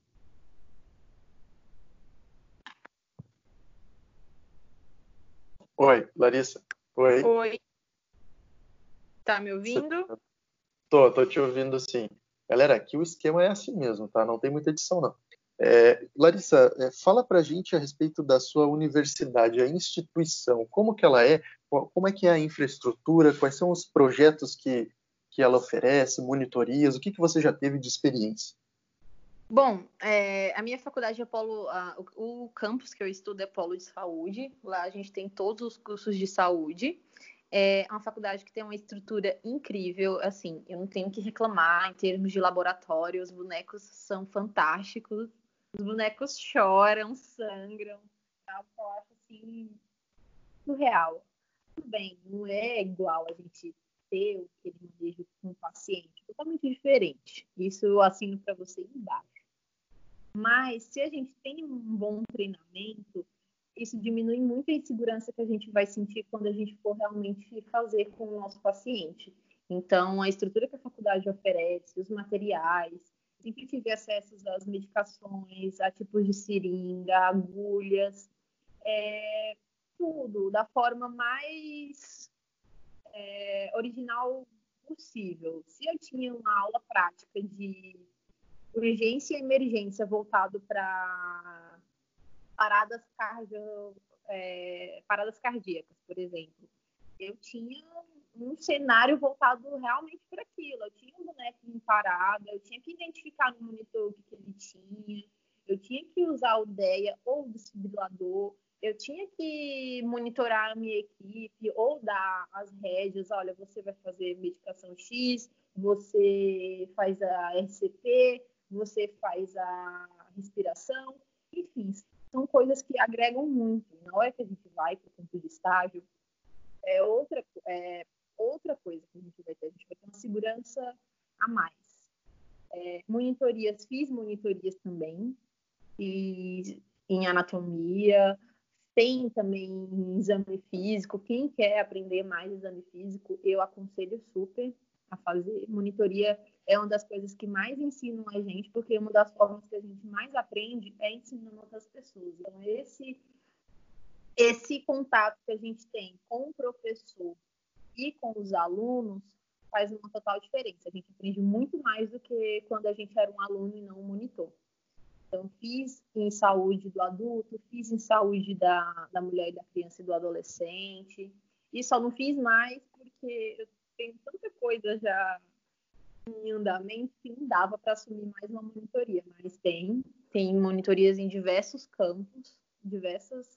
Oi, Larissa. Oi. Oi. Tá me ouvindo? Você... Tô, tô te ouvindo sim. Galera, aqui o esquema é assim mesmo, tá? Não tem muita edição, não. É, Larissa, é, fala pra gente a respeito da sua universidade, a instituição, como que ela é, como é que é a infraestrutura, quais são os projetos que, que ela oferece, monitorias, o que, que você já teve de experiência? Bom, é, a minha faculdade é polo, a, o, o campus que eu estudo é polo de saúde. Lá a gente tem todos os cursos de saúde. É uma faculdade que tem uma estrutura incrível, assim, eu não tenho que reclamar em termos de laboratório, os bonecos são fantásticos, os bonecos choram, sangram, tá? Eu acho assim, surreal. Tudo bem, não é igual a gente ter aquele manejo com o paciente, totalmente diferente. Isso eu assino para você embaixo. Mas se a gente tem um bom treinamento, isso diminui muito a insegurança que a gente vai sentir quando a gente for realmente fazer com o nosso paciente. Então, a estrutura que a faculdade oferece, os materiais, sempre tive acesso às medicações, a tipos de seringa, agulhas, é, tudo da forma mais é, original possível. Se eu tinha uma aula prática de urgência e emergência voltado para paradas cardio, é, paradas cardíacas, por exemplo. Eu tinha um cenário voltado realmente para aquilo. Eu tinha um boneco em parada, eu tinha que identificar no monitor o que, que ele tinha, eu tinha que usar o D E A ou o desfibrilador, eu tinha que monitorar a minha equipe ou dar as rédeas, olha, você vai fazer medicação X, você faz a R C P, você faz a respiração, enfim, são coisas que agregam muito. Na hora que a gente vai para o campo de estágio, é outra, é outra coisa que a gente vai ter, a gente vai ter uma segurança a mais. É, monitorias, fiz monitorias também, e em anatomia, tem também exame físico. Quem quer aprender mais exame físico, eu aconselho super a fazer. Monitoria é uma das coisas que mais ensinam a gente, porque uma das formas que a gente mais aprende é ensinando outras pessoas. Então, esse, esse contato que a gente tem com o professor e com os alunos faz uma total diferença. A gente aprende muito mais do que quando a gente era um aluno e não um monitor. Então, fiz em saúde do adulto, fiz em saúde da, da mulher e da criança e do adolescente. E só não fiz mais porque eu tenho tanta coisa já em andamento que não dava para assumir mais uma monitoria. Mas tem, tem monitorias em diversos campos, diversas,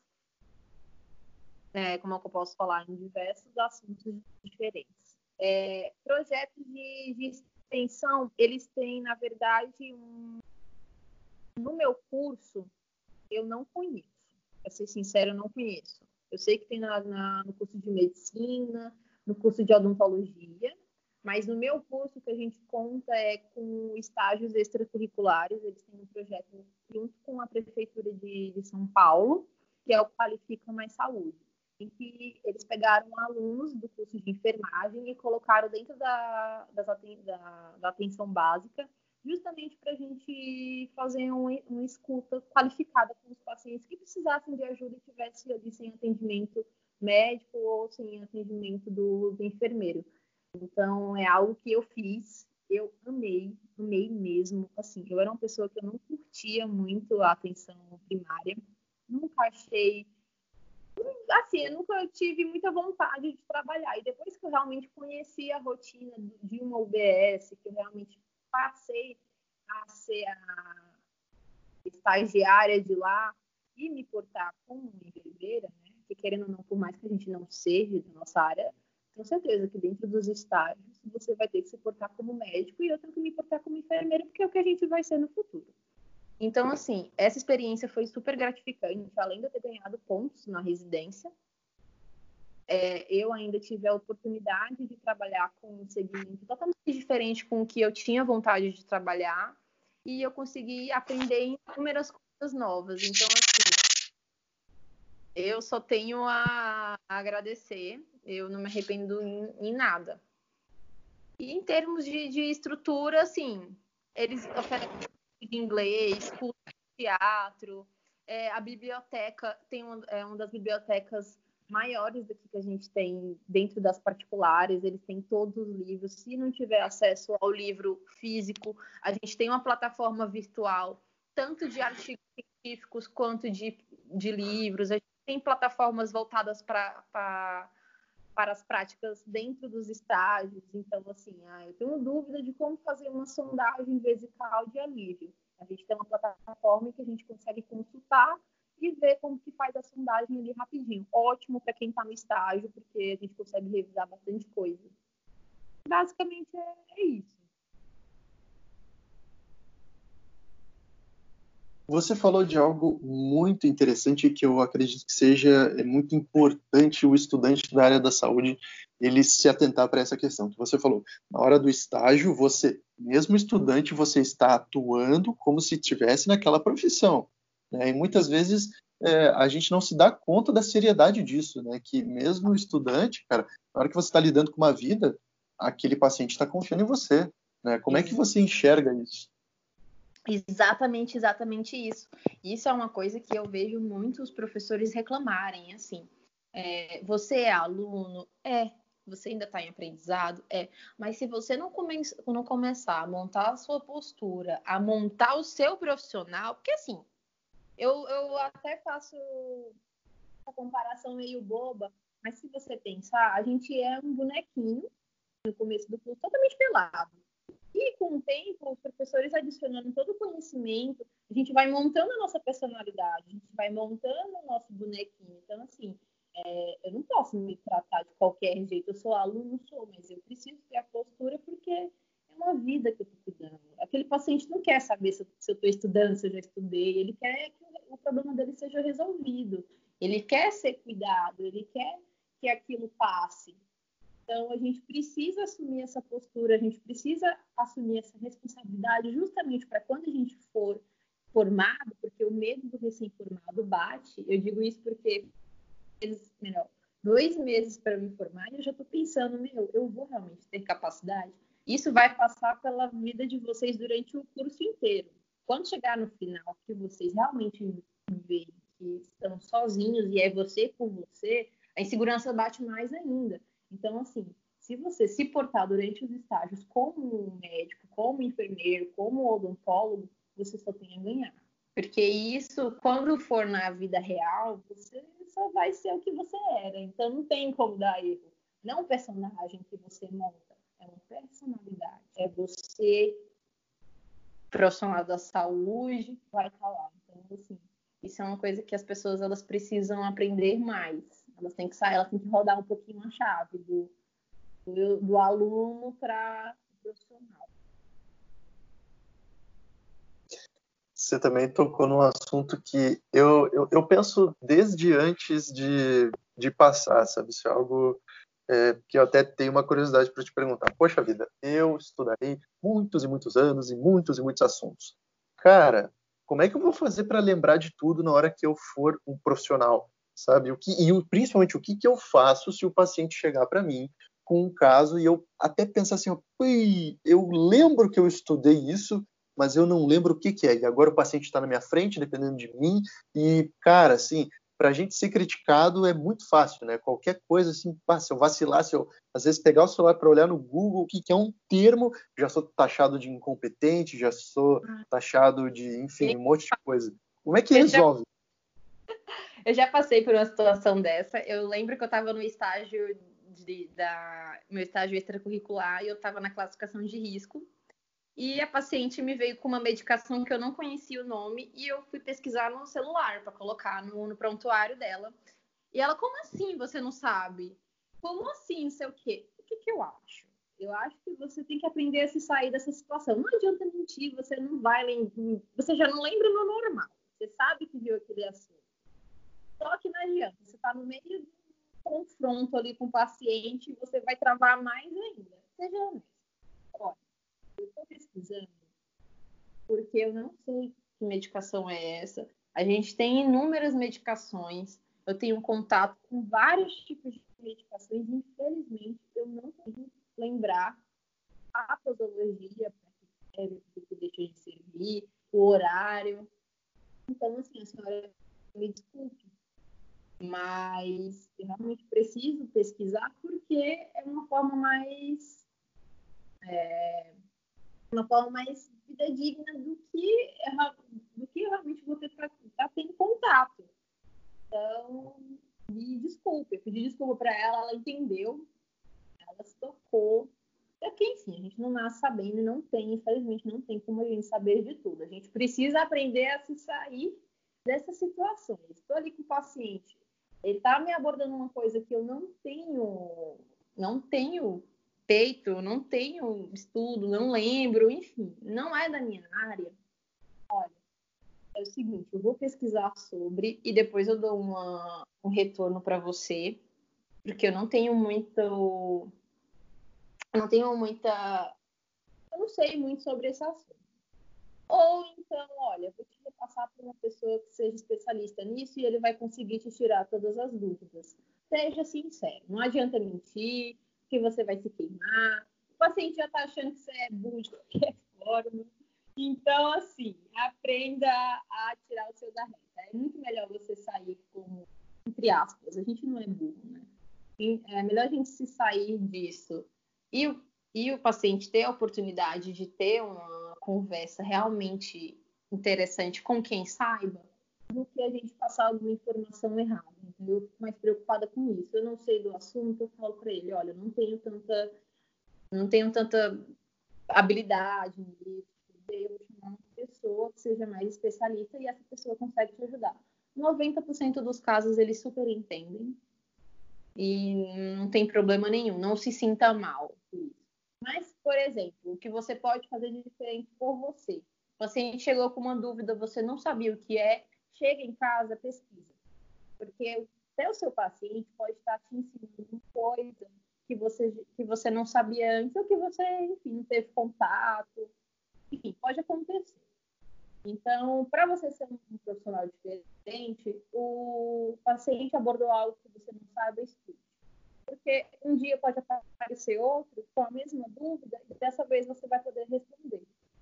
é, como é que eu posso falar, em diversos assuntos diferentes. É, projetos de, de extensão, eles têm, na verdade, um no meu curso, eu não conheço. Para ser sincero, eu não conheço. Eu sei que tem na, na, no curso de medicina, no curso de odontologia, mas no meu curso, o que a gente conta é com estágios extracurriculares. Eles têm um projeto junto com a Prefeitura de, de São Paulo, que é o Qualifica Mais Saúde, em que eles pegaram alunos do curso de enfermagem e colocaram dentro da, das, da, da atenção básica, justamente para a gente fazer um, uma escuta qualificada com os pacientes que precisassem de ajuda e tivessem ali sem atendimento médico ou sem atendimento do, do enfermeiro. Então, é algo que eu fiz, eu amei, amei mesmo. Assim, eu era uma pessoa que eu não curtia muito a atenção primária, nunca achei... Assim, eu nunca tive muita vontade de trabalhar. E depois que eu realmente conheci a rotina de uma U B S, que eu realmente passei a ser a estagiária de lá e me portar como uma enfermeira, né? Que querendo ou não, por mais que a gente não seja da nossa área, tenho certeza que dentro dos estágios você vai ter que se portar como médico e eu tenho que me portar como enfermeira, porque é o que a gente vai ser no futuro. Então, assim, essa experiência foi super gratificante, além de eu ter ganhado pontos na residência. É, eu ainda tive a oportunidade de trabalhar com um segmento totalmente diferente com o que eu tinha vontade de trabalhar, e eu consegui aprender inúmeras coisas novas. Então, assim, eu só tenho a agradecer, eu não me arrependo em, em nada. E em termos de, de estrutura, assim, eles oferecem de inglês, curso de teatro, é, a biblioteca tem uma, é, uma das bibliotecas maiores daqui que a gente tem dentro das particulares, eles têm todos os livros. Se não tiver acesso ao livro físico, a gente tem uma plataforma virtual, tanto de artigos científicos quanto de, de livros. A gente tem plataformas voltadas para para as práticas dentro dos estágios. Então, assim, ah, eu tenho dúvida de como fazer uma sondagem vesical de alívio. A gente tem uma plataforma que a gente consegue consultar e ver como que faz a sondagem ali rapidinho. Ótimo para quem está no estágio, porque a gente consegue revisar bastante coisa. Basicamente é, é isso. Você falou de algo muito interessante que eu acredito que seja muito importante o estudante da área da saúde ele se atentar para essa questão que você falou. Na hora do estágio, você, mesmo estudante, você está atuando como se estivesse naquela profissão, né? E muitas vezes é, a gente não se dá conta da seriedade disso, né? Que mesmo estudante, cara, na hora que você está lidando com uma vida, aquele paciente está confiando em você, né? Como é que você enxerga isso? Exatamente, exatamente isso. Isso é uma coisa que eu vejo muitos professores reclamarem, assim. É, você é aluno? É. Você ainda está em aprendizado? É. Mas se você não, come não começar a montar a sua postura, a montar o seu profissional, porque assim, eu, eu até faço Essa comparação meio boba, mas se você pensar, a gente é um bonequinho no começo do curso totalmente pelado. E com o tempo, os professores adicionando todo o conhecimento, a gente vai montando a nossa personalidade, a gente vai montando o nosso bonequinho. Então, assim, é, eu não posso me tratar de qualquer jeito. Eu sou aluno, sou, mas eu preciso ter a postura porque é uma vida que eu estou cuidando. Aquele paciente não quer saber se eu estou estudando, se eu já estudei. Ele quer que o problema dele seja resolvido. Ele quer ser cuidado, ele quer que aquilo passe. Então, a gente precisa assumir essa postura, a gente precisa assumir essa responsabilidade justamente para quando a gente for formado, porque o medo do recém-formado bate. Eu digo isso porque, melhor, dois meses para me formar e eu já estou pensando, meu, eu vou realmente ter capacidade? Isso vai passar pela vida de vocês durante o curso inteiro. Quando chegar no final, que vocês realmente veem que estão sozinhos e é você por você, a insegurança bate mais ainda. Então, assim, se você se portar durante os estágios como um médico, como enfermeiro, como odontólogo, você só tem a ganhar. Porque isso, quando for na vida real, você só vai ser o que você era. Então, não tem como dar erro. Não é um personagem que você monta, é uma personalidade. É você, profissional da saúde, vai estar lá. Então, assim, isso é uma coisa que as pessoas elas precisam aprender mais. Elas têm que sair, elas têm que rodar um pouquinho a chave do, do, do aluno para o profissional. Você também tocou num assunto que eu, eu, eu penso desde antes de, de passar, sabe? Isso é algo é, que eu até tenho uma curiosidade para te perguntar. Poxa vida, eu estudei muitos e muitos anos e muitos e muitos assuntos. Cara, como é que eu vou fazer para lembrar de tudo na hora que eu for um profissional, sabe? O que, e principalmente o que, que eu faço se o paciente chegar para mim com um caso e eu até pensar assim, eu lembro que eu estudei isso, mas eu não lembro o que, que é. E agora o paciente está na minha frente, dependendo de mim. E, cara, assim, para a gente ser criticado é muito fácil, né? Qualquer coisa, assim, se eu vacilar, se eu, às vezes, pegar o celular para olhar no Google o que, que é um termo, já sou taxado de incompetente, já sou taxado de, enfim, um monte de coisa. Como é que resolve? Eu já passei por uma situação dessa. Eu lembro que eu estava no estágio de, da meu estágio extracurricular e eu estava na classificação de risco. E a paciente me veio com uma medicação que eu não conhecia o nome e eu fui pesquisar no celular para colocar no, no prontuário dela. E ela, como assim você não sabe? Como assim, não sei o quê? O que, que eu acho? Eu acho que você tem que aprender a se sair dessa situação. Não adianta mentir, você não vai lembrar, você já não lembra no normal. Você sabe que viu aquele assunto. Só que não adianta, você está no meio de um confronto ali com o paciente e você vai travar mais ainda. Seja honesto. Olha, eu estou pesquisando porque eu não sei que medicação é essa. A gente tem inúmeras medicações. Eu tenho contato com vários tipos de medicações. Infelizmente, eu não consigo lembrar a posologia, para que deixa de servir, o horário. Então, assim, a senhora me desculpe, mas eu realmente preciso pesquisar porque é uma forma mais é, uma forma mais fidedigna do que do que realmente você está tá tendo contato. Então, me desculpe, eu pedi desculpa para ela, ela entendeu, ela se tocou. Porque, enfim, a gente não nasce sabendo e não tem, infelizmente, não tem como a gente saber de tudo. A gente precisa aprender a se sair dessas situações. Estou ali com o paciente, ele está me abordando uma coisa que eu não tenho, não tenho peito, não tenho estudo, não lembro, enfim, não é da minha área. Olha, é o seguinte, eu vou pesquisar sobre e depois eu dou uma, um retorno para você, porque eu não tenho muito, eu não tenho muita, eu não sei muito sobre esse assunto. Ou então, olha, vou te repassar para uma pessoa que seja especialista nisso e ele vai conseguir te tirar todas as dúvidas. Seja sincero, não adianta mentir, que você vai se queimar. O paciente já está achando que você é burro de qualquer forma. Então, assim, aprenda a tirar o seu da reta. É muito melhor você sair como, entre aspas, a gente não é burro, né? É melhor a gente se sair disso. E o, e o paciente ter a oportunidade de ter uma conversa realmente interessante com quem saiba, do que a gente passar alguma informação errada. Então, eu fico mais preocupada com isso. Eu não sei do assunto, eu falo para ele, olha, não tenho tanta, não tenho tanta habilidade nisso, eu vou chamar uma pessoa que seja mais especialista e essa pessoa consegue te ajudar. noventa por cento dos casos eles super entendem e não tem problema nenhum, não se sinta mal por isso. Mas, por exemplo, o que você pode fazer de diferente por você? O paciente chegou com uma dúvida, você não sabia o que é, chega em casa, pesquisa. Porque até o seu paciente pode estar te ensinando coisa que você, que você não sabia antes, ou que você, enfim, não teve contato. Enfim, pode acontecer. Então, para você ser um profissional diferente, o paciente abordou algo que você não sabe, estude. Porque um dia pode aparecer outro com a mesma dúvida e dessa vez você vai poder responder.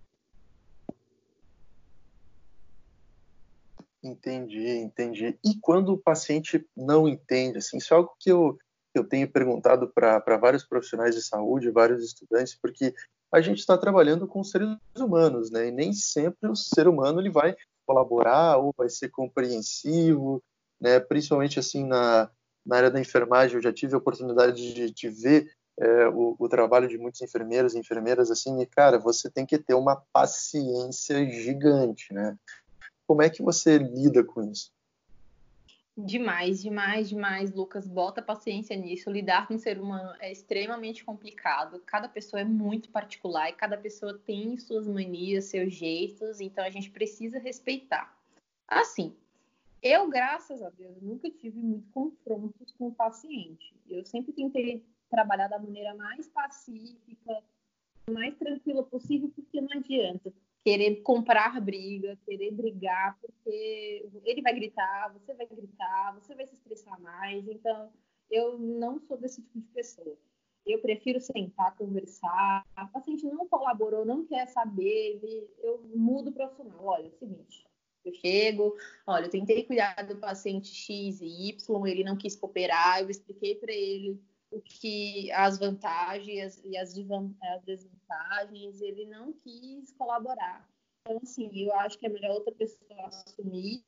Entendi, entendi. E quando o paciente não entende, assim, isso é algo que eu, eu tenho perguntado para vários profissionais de saúde, vários estudantes, porque a gente está trabalhando com seres humanos, né? E nem sempre o ser humano ele vai colaborar ou vai ser compreensivo, né? Principalmente assim na, na área da enfermagem, eu já tive a oportunidade de, de ver é, o, o trabalho de muitos enfermeiros e enfermeiras assim, e cara, você tem que ter uma paciência gigante, né? Como é que você lida com isso? Demais, demais, demais, Lucas. Bota paciência nisso. Lidar com o ser humano é extremamente complicado. Cada pessoa é muito particular e cada pessoa tem suas manias, seus jeitos, então a gente precisa respeitar. Assim, eu, graças a Deus, nunca tive muitos confrontos com o paciente. Eu sempre tentei trabalhar da maneira mais pacífica, mais tranquila possível, porque não adianta querer comprar briga, querer brigar, porque ele vai gritar, você vai gritar, você vai se estressar mais. Então, eu não sou desse tipo de pessoa. Eu prefiro sentar, conversar. O paciente não colaborou, não quer saber, eu mudo o profissional. Olha, é o seguinte, eu chego, olha, eu tentei cuidar do paciente X e Y, ele não quis cooperar, eu expliquei para ele o que as vantagens e as desvantagens, ele não quis colaborar. Então, assim, eu acho que é melhor outra pessoa assumir,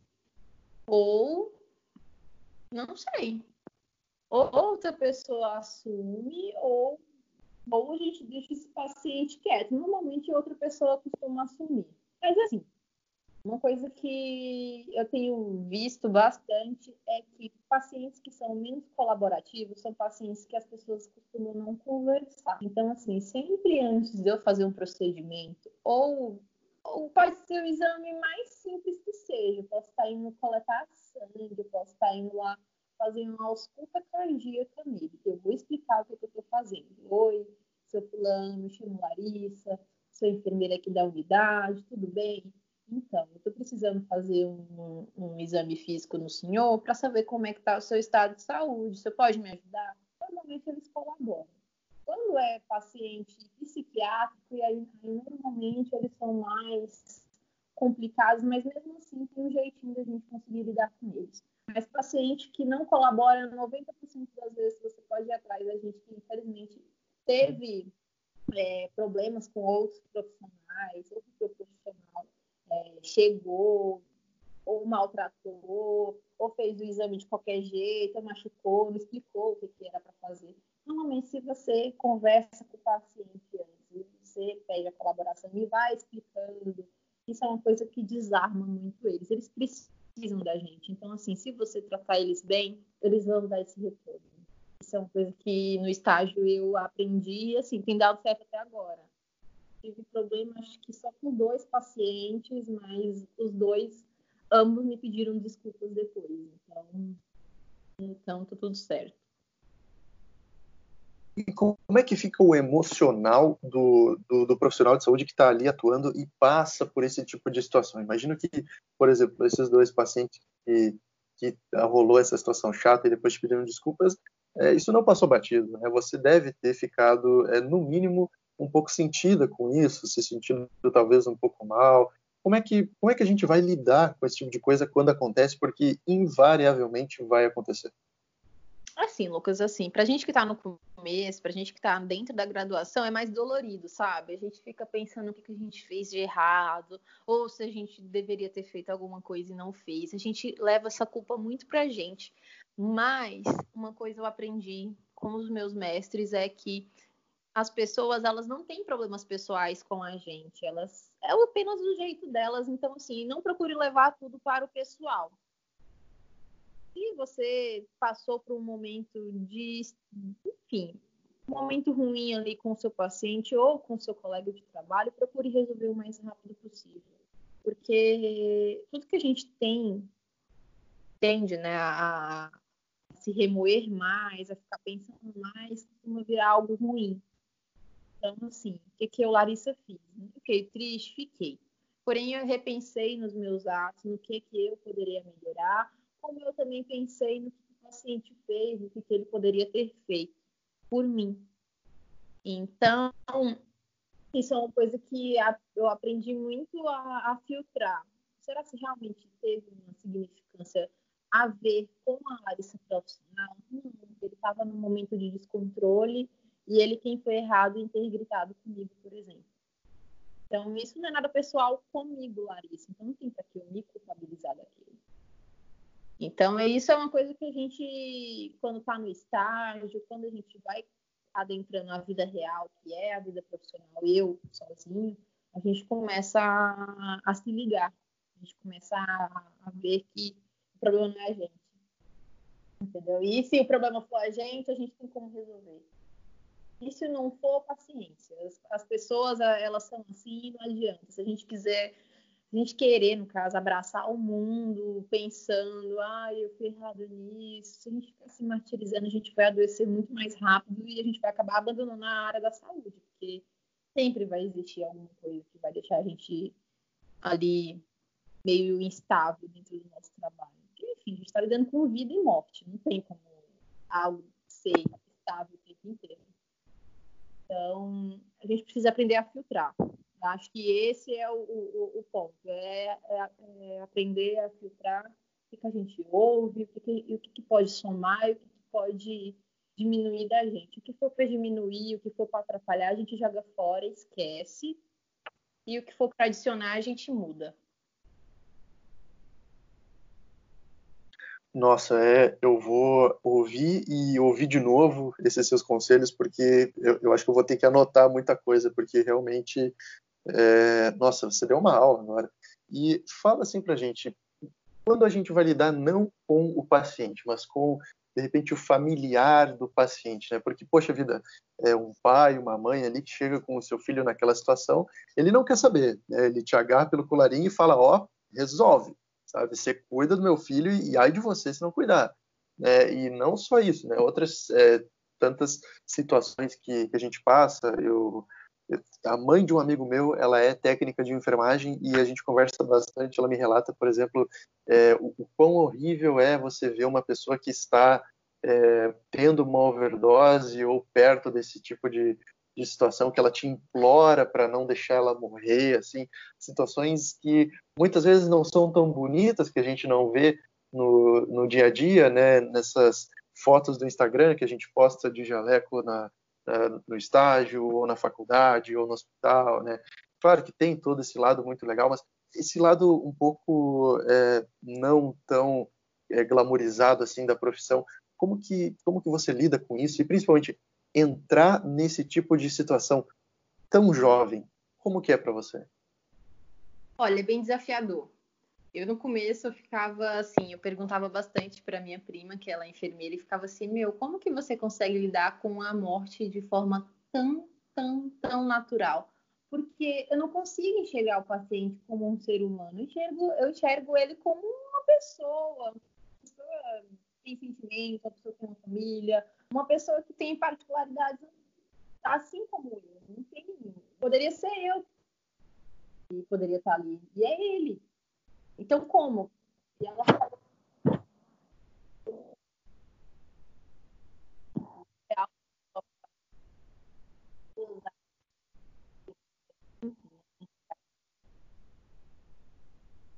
ou não sei, ou outra pessoa assume, ou, ou a gente deixa esse paciente quieto. Normalmente outra pessoa costuma assumir. Mas assim, uma coisa que eu tenho visto bastante é que pacientes que são menos colaborativos são pacientes que as pessoas costumam não conversar. Então, assim, sempre antes de eu fazer um procedimento, ou, ou pode ser o exame mais simples que seja, eu posso estar indo coletar sangue, eu posso estar indo lá fazer uma ausculta cardíaca nele. Eu vou explicar o que, que eu estou fazendo. Oi, seu fulano, me chamo Larissa, sou enfermeira aqui da unidade, tudo bem? Então, eu estou precisando fazer um, um exame físico no senhor para saber como é que está o seu estado de saúde. Você pode me ajudar? Normalmente eles colaboram. Quando é paciente psiquiátrico, e aí, aí normalmente eles são mais complicados, mas mesmo assim tem um jeitinho da gente conseguir lidar com eles. Mas paciente que não colabora, noventa por cento das vezes você pode ir atrás da gente que infelizmente teve é, problemas com outros profissionais, outro profissional é, chegou, ou maltratou, ou fez o exame de qualquer jeito, ou machucou, não explicou o que, que era para fazer. Normalmente, se você conversa com o paciente antes, você pede a colaboração e vai explicando, isso é uma coisa que desarma muito eles. Eles precisam da gente. Então, assim, se você tratar eles bem, eles vão dar esse retorno. Isso é uma coisa que no estágio eu aprendi e, assim, tem dado certo até agora. Tive problema, acho que só com dois pacientes, mas os dois, ambos me pediram desculpas depois. Então, então tá tudo certo. E como é que fica o emocional do, do, do profissional de saúde que está ali atuando e passa por esse tipo de situação? Imagino que, por exemplo, esses dois pacientes que, que rolou essa situação chata e depois te pediram desculpas, é, isso não passou batido, né? Você deve ter ficado, é, no mínimo, um pouco sentida com isso, se sentindo talvez um pouco mal. Como é que, como é que a gente vai lidar com esse tipo de coisa quando acontece? Porque invariavelmente vai acontecer. Assim, Lucas, assim, pra gente que tá no começo, pra gente que tá dentro da graduação, é mais dolorido, sabe? A gente fica pensando o que, que a gente fez de errado, ou se a gente deveria ter feito alguma coisa e não fez. A gente leva essa culpa muito pra gente. Mas uma coisa eu aprendi com os meus mestres é que as pessoas, elas não têm problemas pessoais com a gente, elas é apenas o jeito delas, então assim, não procure levar tudo para o pessoal. Se você passou por um momento de, enfim, um momento ruim ali com o seu paciente ou com o seu colega de trabalho, procure resolver o mais rápido possível. Porque tudo que a gente tem tende, né, a, a se remoer mais, a ficar pensando mais, costuma virar algo ruim. Então, assim, o que, que eu, Larissa, fiz? Fiquei triste? Fiquei. Porém, eu repensei nos meus atos, no que, que eu poderia melhorar, como eu também pensei no que o paciente fez, no que, que ele poderia ter feito por mim. Então, isso é uma coisa que eu aprendi muito a, a filtrar. Será que realmente teve uma significância a ver com a Larissa profissional? Não, ele estava num momento de descontrole e ele quem foi errado em ter gritado comigo, por exemplo. Então, isso não é nada pessoal comigo, Larissa. Então, não tem para que eu me culpabilizar daquilo. Então, isso é uma coisa que a gente, quando está no estágio, quando a gente vai adentrando a vida real, que é a vida profissional, eu sozinho, a gente começa a, a se ligar. A gente começa a, a ver que o problema não é a gente. Entendeu? E se o problema for a gente, a gente tem como resolver. E se não for, paciência. As, as pessoas, elas são assim, não adianta. Se a gente quiser, se a gente querer, no caso, abraçar o mundo, pensando, ah, eu fui errado nisso, se a gente ficar se martirizando, a gente vai adoecer muito mais rápido e a gente vai acabar abandonando a área da saúde, porque sempre vai existir alguma coisa que vai deixar a gente ali meio instável dentro do nosso trabalho. Porque, enfim, a gente está lidando com vida e morte, não tem como algo ser estável o tempo inteiro. Então, a gente precisa aprender a filtrar. Acho que esse é o, o, o ponto, é, é, é aprender a filtrar o que, que a gente ouve, o que, que, o que, que pode somar e o que, que pode diminuir da gente. O que for para diminuir, o que for para atrapalhar, a gente joga fora, esquece, e o que for para adicionar, a gente muda. Nossa, é, eu vou ouvir e ouvir de novo esses seus conselhos, porque eu, eu acho que eu vou ter que anotar muita coisa, porque realmente, é, nossa, você deu uma aula agora. E fala assim pra gente, quando a gente vai lidar não com o paciente, mas com, de repente, o familiar do paciente, né? Porque, poxa vida, é um pai, uma mãe ali que chega com o seu filho naquela situação, ele não quer saber, né? Ele te agarra pelo colarinho e fala, ó, oh, resolve, sabe? Você cuida do meu filho e ai de você se não cuidar. Né? E não só isso, né? Outras é, tantas situações que, que a gente passa, eu a mãe de um amigo meu, ela é técnica de enfermagem e a gente conversa bastante. Ela me relata, por exemplo, é, o, o quão horrível é você ver uma pessoa que está é, tendo uma overdose ou perto desse tipo de, de situação que ela te implora para não deixar ela morrer, assim, situações que muitas vezes não são tão bonitas, que a gente não vê no, no dia a dia, né? Nessas fotos do Instagram que a gente posta de jaleco na no estágio, ou na faculdade, ou no hospital, né? Claro que tem todo esse lado muito legal, mas esse lado um pouco é, não tão é, glamourizado assim da profissão, como que, como que você lida com isso? E principalmente, entrar nesse tipo de situação tão jovem, como que é para você? Olha, é bem desafiador. Eu, no começo, eu ficava assim, eu perguntava bastante para minha prima, que ela é enfermeira, e ficava assim, meu, como que você consegue lidar com a morte de forma tão, tão, tão natural? Porque eu não consigo enxergar o paciente como um ser humano, eu enxergo, eu enxergo ele como uma pessoa, uma pessoa que tem sentimentos, uma pessoa que tem uma família, uma pessoa que tem particularidades assim como eu, não tem nenhum. Poderia ser eu que poderia estar ali, e é ele. Então, como? E ela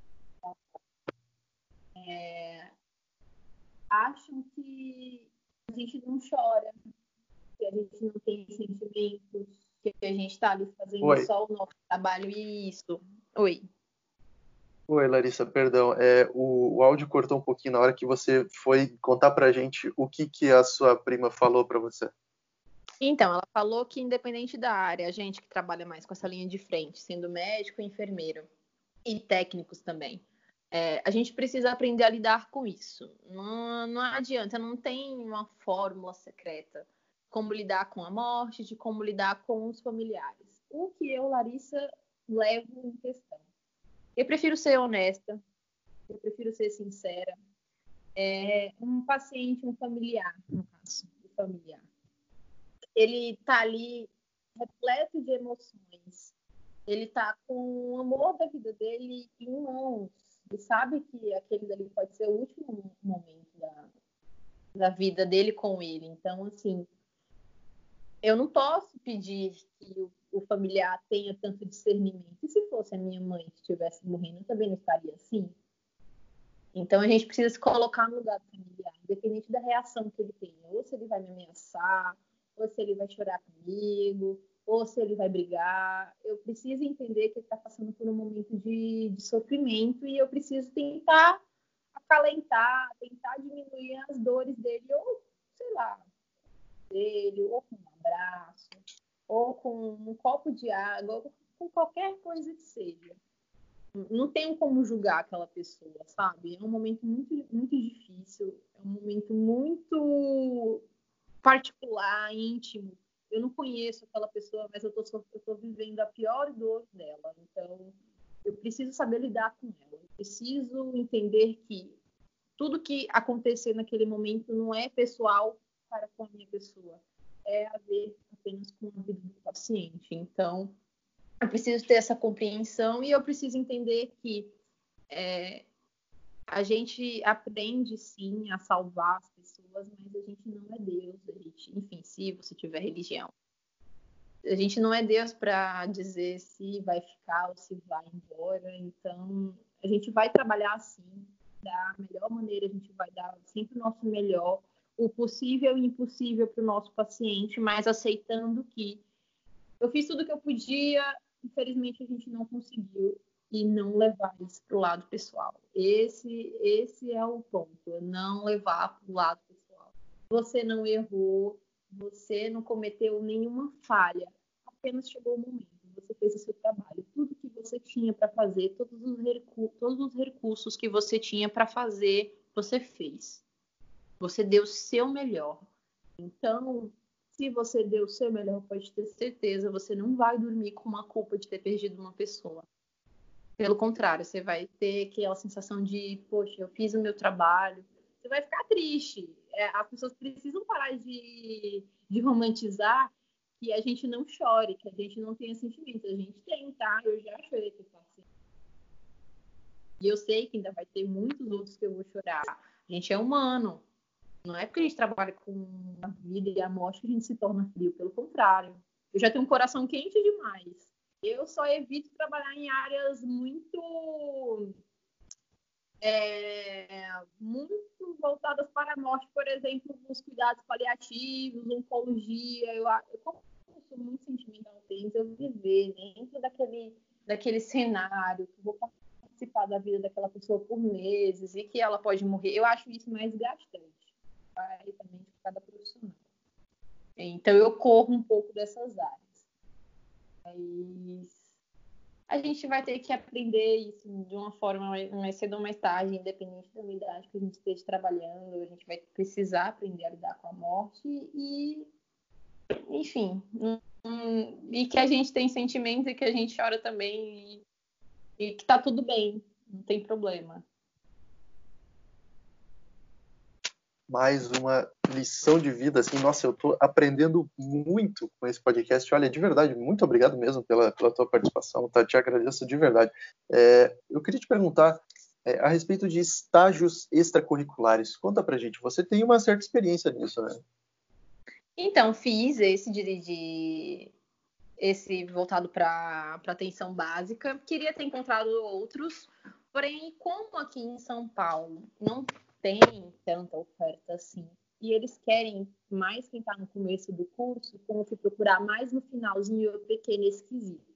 acham que a gente não chora, que a gente não tem sentimentos, que a gente está ali fazendo Oi. só o nosso trabalho e isso. Oi. Oi, Larissa, perdão. É, o, o áudio cortou um pouquinho na hora que você foi contar pra gente o que, que a sua prima falou pra você. Então, ela falou que independente da área, a gente que trabalha mais com essa linha de frente, sendo médico, enfermeiro e técnicos também, é, a gente precisa aprender a lidar com isso. Não, não adianta, não tem uma fórmula secreta como lidar com a morte, de como lidar com os familiares. O que eu, Larissa, levo em questão? Eu prefiro ser honesta, eu prefiro ser sincera. É, um paciente, um familiar, no caso, um familiar, ele tá ali repleto de emoções. Ele tá com o amor da vida dele em mãos. Ele sabe que aquele dali pode ser o último momento da, da vida dele com ele. Então, assim, eu não posso pedir que o, o familiar tenha tanto discernimento. E se fosse a minha mãe que estivesse morrendo, eu também não estaria assim? Então, a gente precisa se colocar no lugar do familiar, independente da reação que ele tenha. Ou se ele vai me ameaçar, ou se ele vai chorar comigo, ou se ele vai brigar. Eu preciso entender que ele está passando por um momento de, de sofrimento e eu preciso tentar acalentar, tentar diminuir as dores dele, ou, sei lá, dele, ou com um abraço, ou com um copo de água, ou com qualquer coisa que seja. Não tenho como julgar aquela pessoa, sabe? É um momento muito, muito difícil, é um momento muito particular, íntimo. Eu não conheço aquela pessoa, mas eu tô, eu tô vivendo a pior dor dela. Então, eu preciso saber lidar com ela. Eu preciso entender que tudo que acontecer naquele momento não é pessoal para com a minha pessoa. É a ver apenas com a vida do paciente. Então, eu preciso ter essa compreensão e eu preciso entender que é, a gente aprende, sim, a salvar as pessoas, mas a gente não é Deus. A gente, enfim, se você tiver religião. A gente não é Deus para dizer se vai ficar ou se vai embora. Então, a gente vai trabalhar assim, da melhor maneira, a gente vai dar sempre o nosso melhor, o possível e impossível para o nosso paciente, mas aceitando que eu fiz tudo que eu podia, infelizmente a gente não conseguiu, e não levar isso para o lado pessoal. Esse, esse é o ponto, não levar para o lado pessoal. Você não errou, você não cometeu nenhuma falha, apenas chegou o momento, você fez o seu trabalho. Tudo que você tinha para fazer, todos os, recu- todos os recursos que você tinha para fazer, você fez. Você deu o seu melhor. Então, se você deu o seu melhor, pode ter certeza, você não vai dormir com uma culpa de ter perdido uma pessoa. Pelo contrário, você vai ter aquela sensação de, poxa, eu fiz o meu trabalho. Você vai ficar triste. É, as pessoas precisam parar de, de romantizar que a gente não chore, que a gente não tenha sentimentos. A gente tem, tá? Eu já chorei com paciente. E eu sei que ainda vai ter muitos outros que eu vou chorar. A gente é humano. Não é porque a gente trabalha com a vida e a morte que a gente se torna frio, pelo contrário. Eu já tenho um coração quente demais. Eu só evito trabalhar em áreas muito, é, muito voltadas para a morte, por exemplo, os cuidados paliativos, oncologia. Eu, eu, como eu sou muito sentimental, eu viver dentro daquele, daquele cenário, que eu vou participar da vida daquela pessoa por meses e que ela pode morrer. Eu acho isso mais gastante. Vai também de cada profissional. Então eu corro um pouco dessas áreas. Mas a gente vai ter que aprender isso de uma forma mais cedo ou mais tarde, independente da idade que a gente esteja trabalhando. A gente vai precisar aprender a lidar com a morte e, enfim, um, e que a gente tem sentimentos e que a gente chora também e, e que tá tudo bem, não tem problema. Mais uma lição de vida, assim, nossa, eu tô aprendendo muito com esse podcast. Olha, de verdade, muito obrigado mesmo pela, pela tua participação, tá? Te agradeço de verdade. É, eu queria te perguntar é, a respeito de estágios extracurriculares. Conta pra gente, você tem uma certa experiência nisso, né? Então, fiz esse de, de esse voltado para atenção básica. Queria ter encontrado outros, porém, como aqui em São Paulo não tem tanta oferta assim, e eles querem mais quem está no começo do curso, como que procurar mais no finalzinho eu pequei nesse quesito.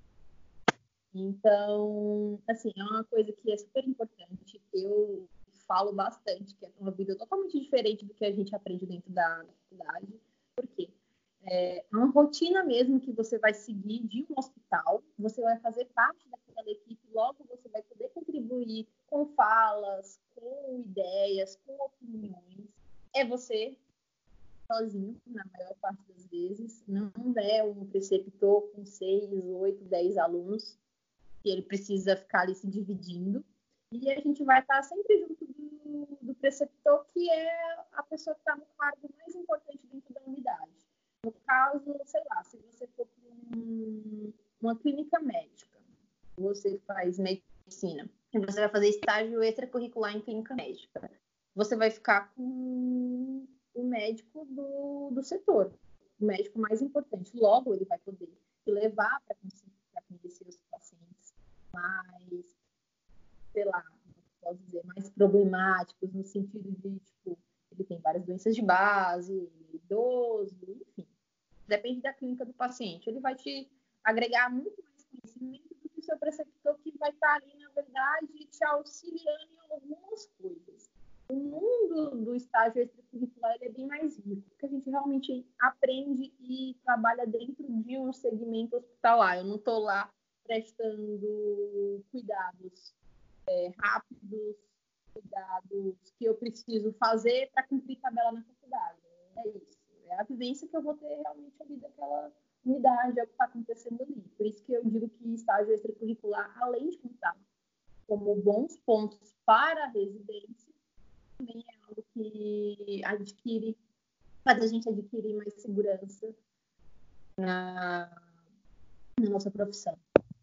Então, assim, é uma coisa que é super importante. Eu falo bastante, que é uma vida totalmente diferente do que a gente aprende dentro da faculdade. Por quê? É uma rotina mesmo que você vai seguir de um hospital, você vai fazer parte daquela equipe, logo você vai poder contribuir com falas, com ideias, com opiniões. É você sozinho, na maior parte das vezes, não é um preceptor com seis, oito, dez alunos, que ele precisa ficar ali se dividindo. E a gente vai estar sempre junto do, do preceptor, que é a pessoa que está no cargo mais importante dentro da unidade. No caso, sei lá, se você for para um, uma clínica médica, você faz medicina, e você vai fazer estágio extracurricular em clínica médica, você vai ficar com o médico do, do setor, o médico mais importante. Logo, ele vai poder te levar para conhecer os pacientes mais, sei lá, posso dizer, mais problemáticos, no sentido de, tipo, ele tem várias doenças de base, idoso, enfim. Depende da clínica do paciente. Ele vai te agregar muito mais conhecimento do que o seu preceptor, que vai estar ali, na verdade, te auxiliando em algumas coisas. O mundo do estágio extracurricular ele é bem mais rico, porque a gente realmente aprende e trabalha dentro de um segmento hospitalar. Eu não estou lá prestando cuidados é, rápidos, cuidados que eu preciso fazer para cumprir tabela na faculdade. É isso. É a vivência que eu vou ter realmente ali daquela unidade, é o que está acontecendo ali. Por isso que eu digo que estágio extracurricular, além de contar como bons pontos para a residência, também é algo que adquire, faz a gente adquirir mais segurança na, na nossa profissão.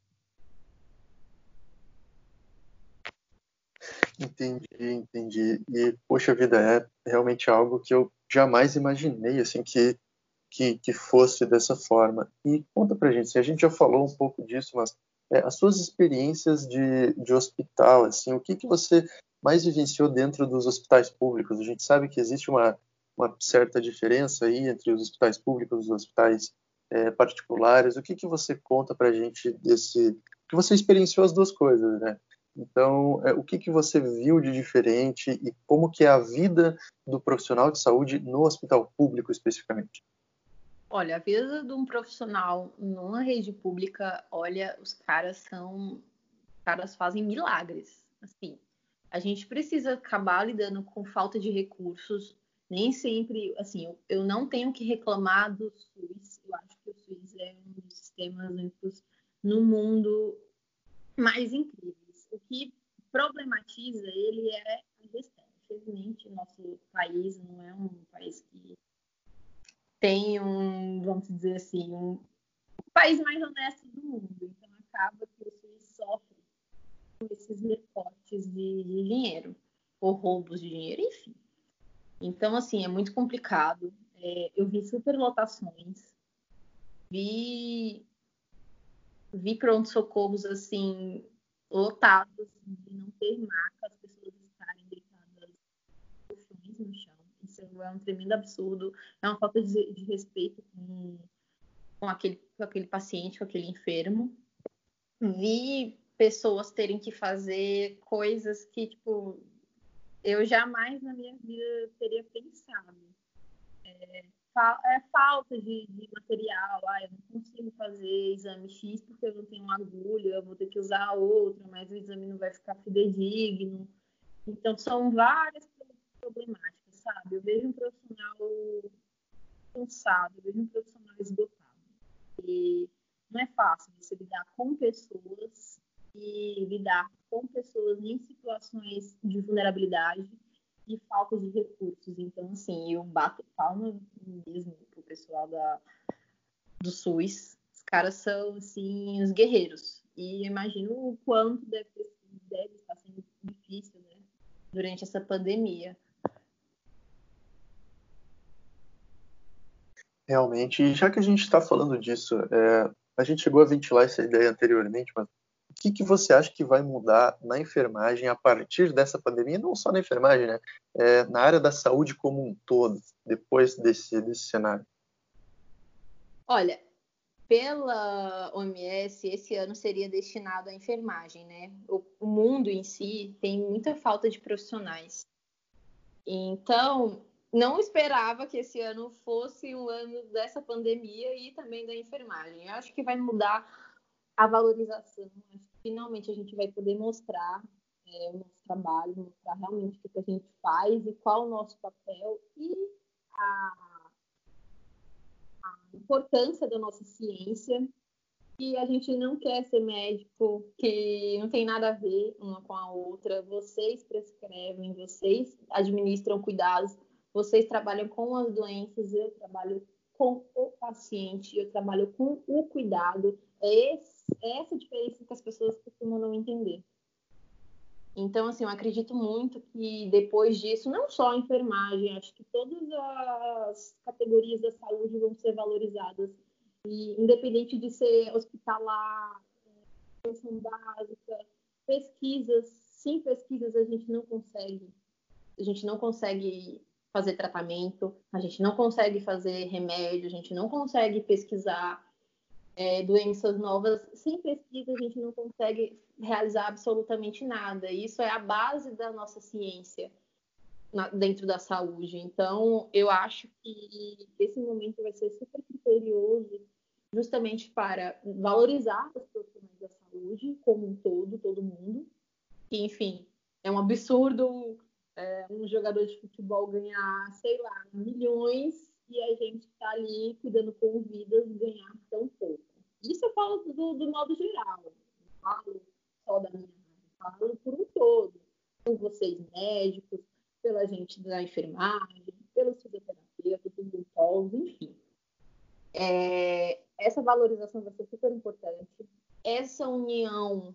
Entendi, entendi. E, poxa vida, é realmente algo que eu jamais imaginei, assim, que, que, que fosse dessa forma. E conta pra gente, assim, a gente já falou um pouco disso, mas é, as suas experiências de, de hospital, assim, o que, que você mais vivenciou dentro dos hospitais públicos? A gente sabe que existe uma, uma certa diferença aí entre os hospitais públicos e os hospitais é, particulares. O que, que você conta pra gente desse... que você experienciou as duas coisas, né? Então, é, o que, que você viu de diferente e como que é a vida do profissional de saúde no hospital público, especificamente? Olha, a vida de um profissional numa rede pública, olha, os caras são... Os caras fazem milagres, assim. A gente precisa acabar lidando com falta de recursos. Nem sempre, assim, eu, eu não tenho que reclamar do SUS. Eu acho que o SUS é um dos sistemas únicos no mundo mais incríveis. O que problematiza ele é a gestão. Infelizmente, nosso país não é um país que tem um, vamos dizer assim, um país mais honesto do mundo. Então, acaba que o SUS sofre com esses recortes de, de dinheiro, ou roubos de dinheiro, enfim. Então, assim, é muito complicado. É, eu vi superlotações, vi, vi pronto-socorros, assim, lotados, de não ter maca, as pessoas estarem deitadas no chão. Isso é um tremendo absurdo. É uma falta de, de respeito com, com, aquele, com aquele paciente, com aquele enfermo. Vi pessoas terem que fazer coisas que, tipo, eu jamais na minha vida teria pensado. É, fa- é falta de, de material. Ah, eu não consigo fazer exame X porque eu não tenho uma agulha, eu vou ter que usar outra, mas o exame não vai ficar fidedigno. Então, são várias problemáticas, sabe? Eu vejo um profissional cansado, eu vejo um profissional esgotado. E não é fácil você lidar com pessoas e lidar com pessoas em situações de vulnerabilidade e falta de recursos. Então, assim, eu bato palma mesmo pro pessoal da, do SUS. Os caras são, assim, os guerreiros. E eu imagino o quanto deve, ter, deve estar sendo difícil, né, durante essa pandemia. Realmente, e já que a gente está falando disso, é, a gente chegou a ventilar essa ideia anteriormente, mas que, que você acha que vai mudar na enfermagem a partir dessa pandemia? Não só na enfermagem, né? É, na área da saúde como um todo, depois desse, desse cenário. Olha, pela O M S, esse ano seria destinado à enfermagem, né? O, o mundo em si tem muita falta de profissionais. Então, não esperava que esse ano fosse um ano dessa pandemia e também da enfermagem. Eu acho que vai mudar a valorização. Acho que finalmente a gente vai poder mostrar é, o nosso trabalho, mostrar realmente o que a gente faz e qual o nosso papel e a, a importância da nossa ciência. E a gente não quer ser médico, que não tem nada a ver uma com a outra. Vocês prescrevem, vocês administram cuidados, vocês trabalham com as doenças, eu trabalho com o paciente, eu trabalho com o cuidado. É, esse, é essa diferença que as pessoas costumam não entender. Então, assim, eu acredito muito que depois disso, não só a enfermagem, acho que todas as categorias da saúde vão ser valorizadas. E, independente de ser hospitalar, atenção básica, pesquisas, sem pesquisas a gente não consegue. A gente não consegue fazer tratamento, a gente não consegue fazer remédio, a gente não consegue pesquisar é, doenças novas. Sem pesquisa a gente não consegue realizar absolutamente nada. Isso é a base da nossa ciência na, dentro da saúde. Então, eu acho que esse momento vai ser super criterioso justamente para valorizar os profissionais da saúde como um todo, todo mundo. E, enfim, é um absurdo é, um jogador de futebol ganhar, sei lá, milhões e a gente está ali cuidando com vidas e ganhar tão pouco. Isso eu falo do, do modo geral, não falo só da minha área, falo por um todo, por vocês médicos, pela gente da enfermagem, pelos fisioterapeutas, odontólogos, enfim. É, essa valorização vai ser super importante. Essa união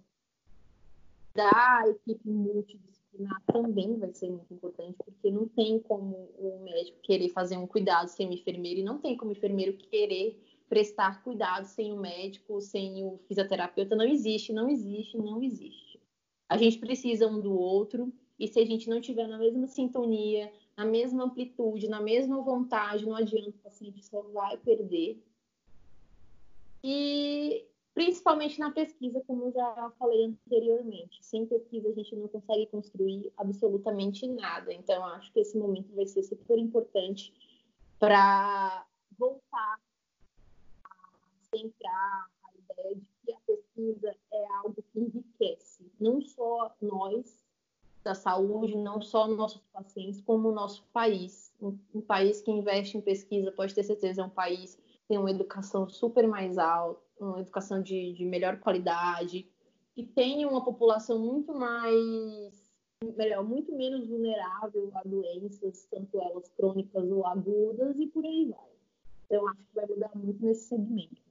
da equipe multidisciplinar também vai ser muito importante, porque não tem como o médico querer fazer um cuidado sem o enfermeiro e não tem como o enfermeiro querer prestar cuidado sem o médico, sem o fisioterapeuta. Não existe, não existe, não existe. A gente precisa um do outro e se a gente não tiver na mesma sintonia, na mesma amplitude, na mesma vontade, não adianta, o paciente só vai perder. E principalmente na pesquisa, como eu já falei anteriormente. Sem pesquisa a gente não consegue construir absolutamente nada. Então, acho que esse momento vai ser super importante para voltar a centrar a ideia de que a pesquisa é algo que enriquece não só nós da saúde, não só nossos pacientes, como o nosso país. Um, um país que investe em pesquisa, pode ter certeza, é um país que tem uma educação super mais alta, uma educação de, de melhor qualidade, e tem uma população muito mais, melhor, muito menos vulnerável a doenças, tanto elas crônicas ou agudas, e por aí vai. Então, acho que vai mudar muito nesse segmento.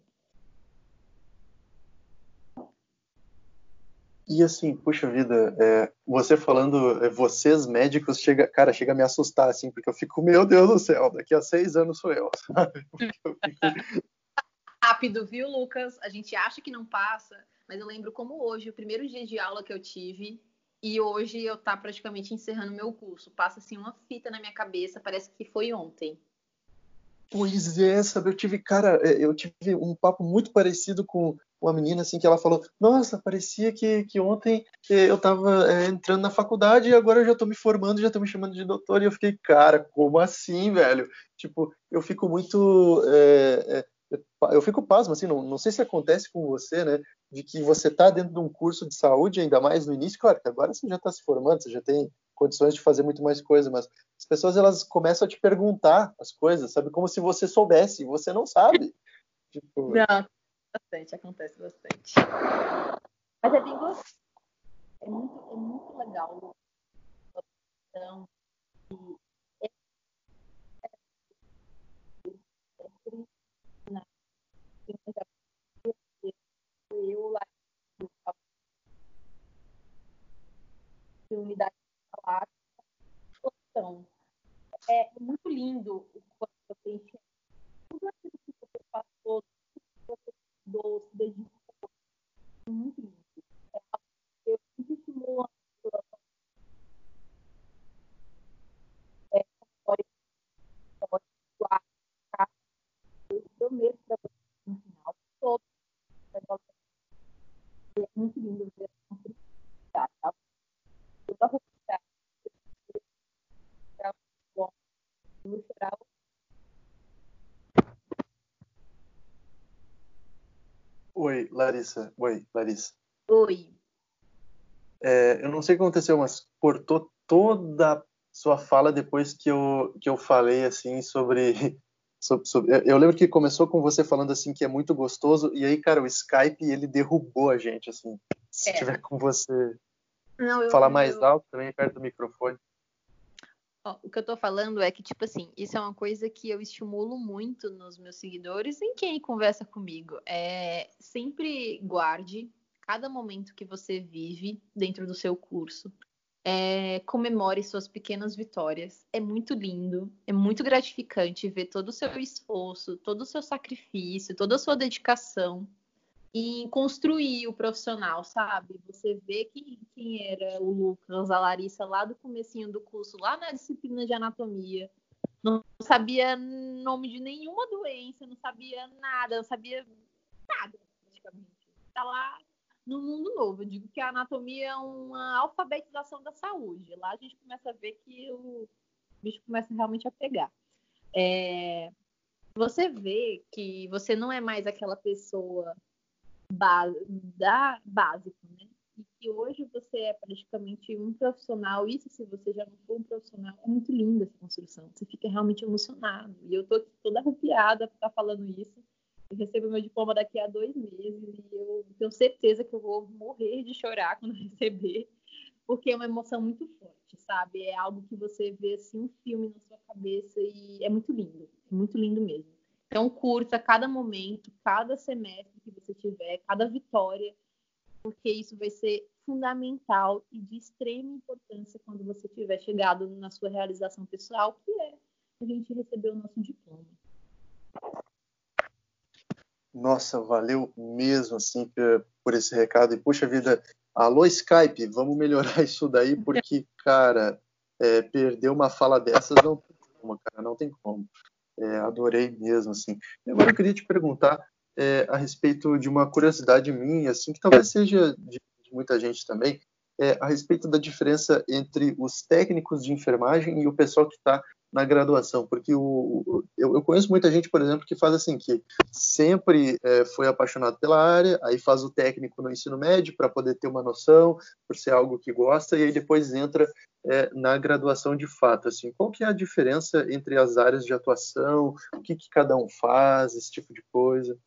E assim, puxa vida, é, você falando, é, vocês médicos, chega, cara, chega a me assustar, assim, porque eu fico, meu Deus do céu, daqui a seis anos sou eu, sabe? Eu fico... Rápido, viu, Lucas? A gente acha que não passa, mas eu lembro como hoje, o primeiro dia de aula que eu tive, e hoje eu tá praticamente encerrando meu curso. Passa assim uma fita na minha cabeça, parece que foi ontem. Pois é, sabe, eu tive, cara, eu tive um papo muito parecido com uma menina, assim, que ela falou, nossa, parecia que, que ontem eu tava é, entrando na faculdade e agora eu já tô me formando, já tô me chamando de doutor, e eu fiquei, cara, como assim, velho? Tipo, eu fico muito, é, é, eu fico pasmo, assim, não, não sei se acontece com você, né, de que você tá dentro de um curso de saúde, ainda mais no início, claro que agora você já tá se formando, você já tem condições de fazer muito mais coisa, mas as pessoas elas começam a te perguntar as coisas, sabe? Como se você soubesse, e você não sabe. Tipo... Não, bastante, acontece bastante. Mas é bem gostoso. É muito, é muito legal. Então, é sempre na eu lá de unidade de salário. Então, é muito lindo o quanto você enxerga tudo aquilo que você passou, tudo que você estudou, se dedicou. Larissa. Oi, Larissa. Oi. É, eu não sei o que aconteceu, mas cortou toda a sua fala depois que eu, que eu falei, assim, sobre... sobre, sobre eu, eu lembro que começou com você falando, assim, que é muito gostoso, e aí, cara, o Skype, ele derrubou a gente, assim. Se É. tiver com você Não, eu, falar mais eu... alto, também perto do microfone. Ó, o que eu tô falando é que, tipo assim, isso é uma coisa que eu estimulo muito nos meus seguidores e em quem conversa comigo. É sempre guarde cada momento que você vive dentro do seu curso. É, comemore suas pequenas vitórias. É muito lindo, é muito gratificante ver todo o seu esforço, todo o seu sacrifício, toda a sua dedicação em construir o profissional, sabe? Você vê que, quem era o Lucas, a Larissa, lá do comecinho do curso, lá na disciplina de anatomia, não sabia nome de nenhuma doença, não sabia nada, não sabia nada, praticamente. Está lá no mundo novo. Eu digo que a anatomia é uma alfabetização da saúde. Lá a gente começa a ver que o bicho começa realmente a pegar. É... Você vê que você não é mais aquela pessoa Base, da básico, né? E que hoje você é praticamente um profissional. Isso, se você já não for um profissional, é muito linda essa construção. Você fica realmente emocionado. E eu tô toda arrepiada por estar falando isso. Eu recebo meu diploma daqui a dois meses e eu tenho certeza que eu vou morrer de chorar quando receber, porque é uma emoção muito forte, sabe? É algo que você vê assim um filme na sua cabeça e é muito lindo, é muito lindo mesmo. Então, curta cada momento, cada semestre que você tiver, cada vitória, porque isso vai ser fundamental e de extrema importância quando você tiver chegado na sua realização pessoal, que é a gente receber o nosso diploma. Nossa, valeu mesmo, assim, por esse recado. E, puxa vida, alô, Skype, vamos melhorar isso daí, porque, cara, é, perder uma fala dessas não tem como, cara, não tem como. É, adorei mesmo, assim. E agora eu queria te perguntar é, a respeito de uma curiosidade minha, assim, que talvez seja de, de muita gente também, é, a respeito da diferença entre os técnicos de enfermagem e o pessoal que está na graduação, porque o, eu, eu conheço muita gente, por exemplo, que faz assim, que sempre é, foi apaixonado pela área, aí faz o técnico no ensino médio para poder ter uma noção, por ser algo que gosta, e aí depois entra é, na graduação de fato. Assim, qual que é a diferença entre as áreas de atuação, o que, que cada um faz, esse tipo de coisa?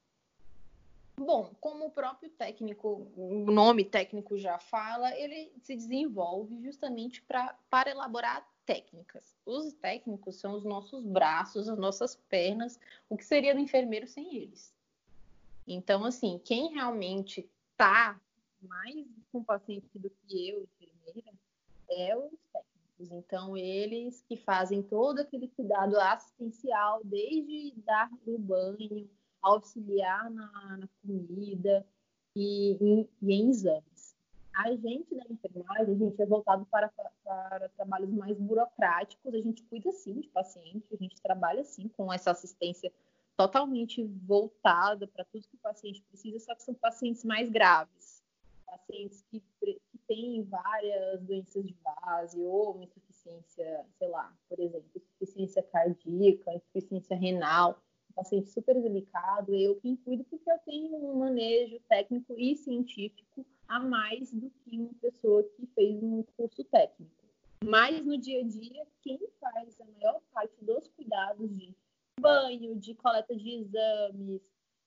Bom, como o próprio técnico, o nome técnico já fala, ele se desenvolve justamente pra, para elaborar técnicas. Os técnicos são os nossos braços, as nossas pernas, o que seria do enfermeiro sem eles. Então, assim, quem realmente está mais com o paciente do que eu, enfermeira, é os técnicos. Então, eles que fazem todo aquele cuidado assistencial, desde dar o banho, auxiliar na, na comida e, e, e em exames. A gente da enfermagem, a gente é voltado para, para trabalhos mais burocráticos, a gente cuida sim de paciente, a gente trabalha sim com essa assistência totalmente voltada para tudo que o paciente precisa, só que são pacientes mais graves, pacientes que, que têm várias doenças de base ou uma insuficiência, sei lá, por exemplo, insuficiência cardíaca, insuficiência renal, paciente super delicado, eu quem cuido porque eu tenho um manejo técnico e científico a mais do que uma pessoa que fez um curso técnico. Mas no dia a dia, quem faz a maior parte dos cuidados de banho, de coleta de exames,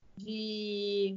de,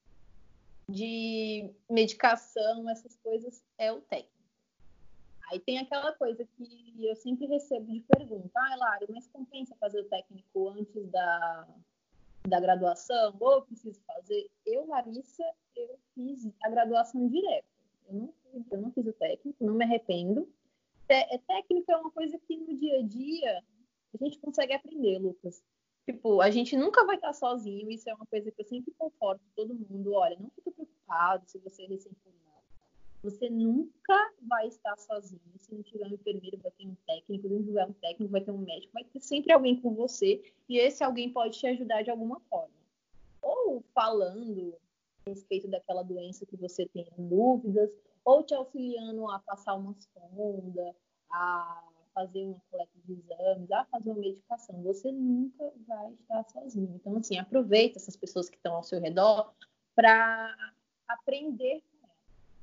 de medicação, essas coisas, é o técnico. Aí tem aquela coisa que eu sempre recebo de pergunta, ah, Lari, mas compensa fazer o técnico antes da, da graduação, ou eu preciso fazer? Eu, Larissa, eu fiz a graduação direto. Eu não, eu não fiz o técnico, não me arrependo. É, técnico é uma coisa que no dia a dia a gente consegue aprender, Lucas. Tipo, a gente nunca vai estar sozinho, isso é uma coisa que eu sempre conforto todo mundo. Olha, não fica preocupado se você é recém-formado. Você nunca vai estar sozinho. Se não tiver um enfermeiro, vai ter um técnico. Se não tiver um técnico, vai ter um médico. Vai ter sempre alguém com você. E esse alguém pode te ajudar de alguma forma. Ou falando a respeito daquela doença que você tenha dúvidas, ou te auxiliando a passar uma sonda, a fazer uma coleta de exames, a fazer uma medicação. Você nunca vai estar sozinho. Então, assim, aproveita essas pessoas que estão ao seu redor para aprender com ela.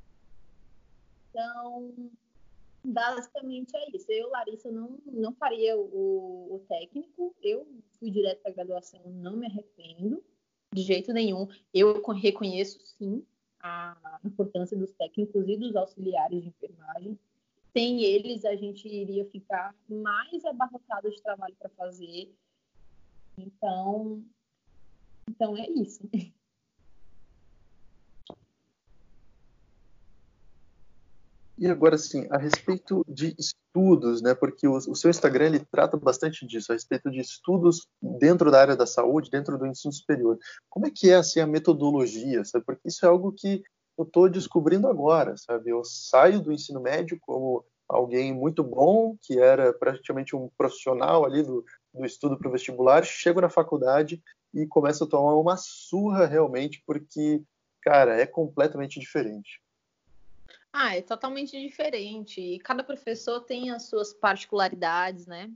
Então, basicamente é isso. Eu, Larissa, não, não faria o, o técnico. Eu fui direto para a graduação, não me arrependo de jeito nenhum. Eu reconheço, sim, a importância dos técnicos e dos auxiliares de enfermagem. Sem eles, a gente iria ficar mais abarrotado de trabalho para fazer. Então, então, é isso. E agora, assim, a respeito de estudos, né? Porque o, o seu Instagram, ele trata bastante disso, a respeito de estudos dentro da área da saúde, dentro do ensino superior. Como é que é, assim, a metodologia, sabe? Porque isso é algo que eu estou descobrindo agora, sabe? Eu saio do ensino médio como alguém muito bom, que era praticamente um profissional ali do, do estudo para o vestibular, chego na faculdade e começo a tomar uma surra realmente, porque, cara, é completamente diferente. Ah, é totalmente diferente. E cada professor tem as suas particularidades, né?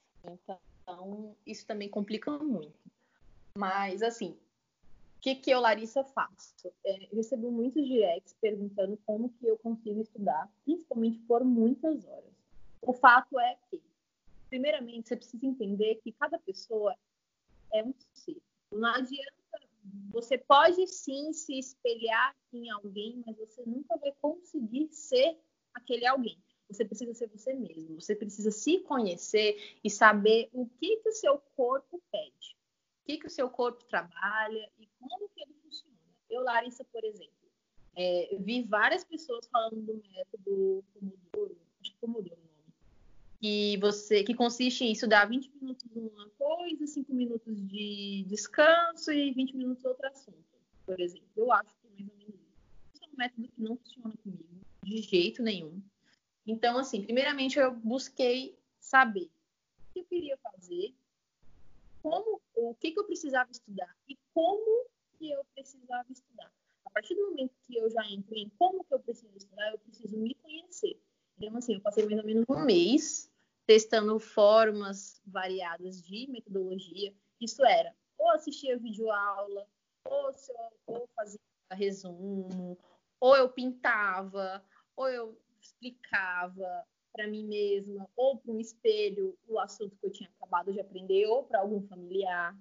Então, isso também complica muito. Mas, assim, o que, que eu, Larissa, faço? É, eu recebo muitos directs perguntando como que eu consigo estudar, principalmente por muitas horas. O fato é que, primeiramente, você precisa entender que cada pessoa é um ser. Não adianta, você pode sim se espelhar em alguém, mas você nunca vai conseguir ser aquele alguém. Você precisa ser você mesmo. Você precisa se conhecer e saber o que, que o seu corpo pede. O que, que o seu corpo trabalha e como que ele funciona. Eu, Larissa, por exemplo, é, vi várias pessoas falando do método Pomodoro, acho que Pomodoro é o nome, que, você, que consiste em estudar vinte minutos uma coisa, cinco minutos de descanso e vinte minutos outro assunto, por exemplo. Eu acho que é mais ou menos isso. Esse é um método que não funciona comigo, de jeito nenhum. Então, assim, primeiramente eu busquei saber o que eu queria fazer, como, o que, que eu precisava estudar e como que eu precisava estudar. A partir do momento que eu já entro em como que eu preciso estudar, eu preciso me conhecer. Então, assim, eu passei mais ou menos um mês testando formas variadas de metodologia. Isso era, ou assistia videoaula, ou, se eu, ou fazia resumo, ou eu pintava, ou eu explicava para mim mesma, ou para um espelho, o assunto que eu tinha acabado de aprender, ou para algum familiar.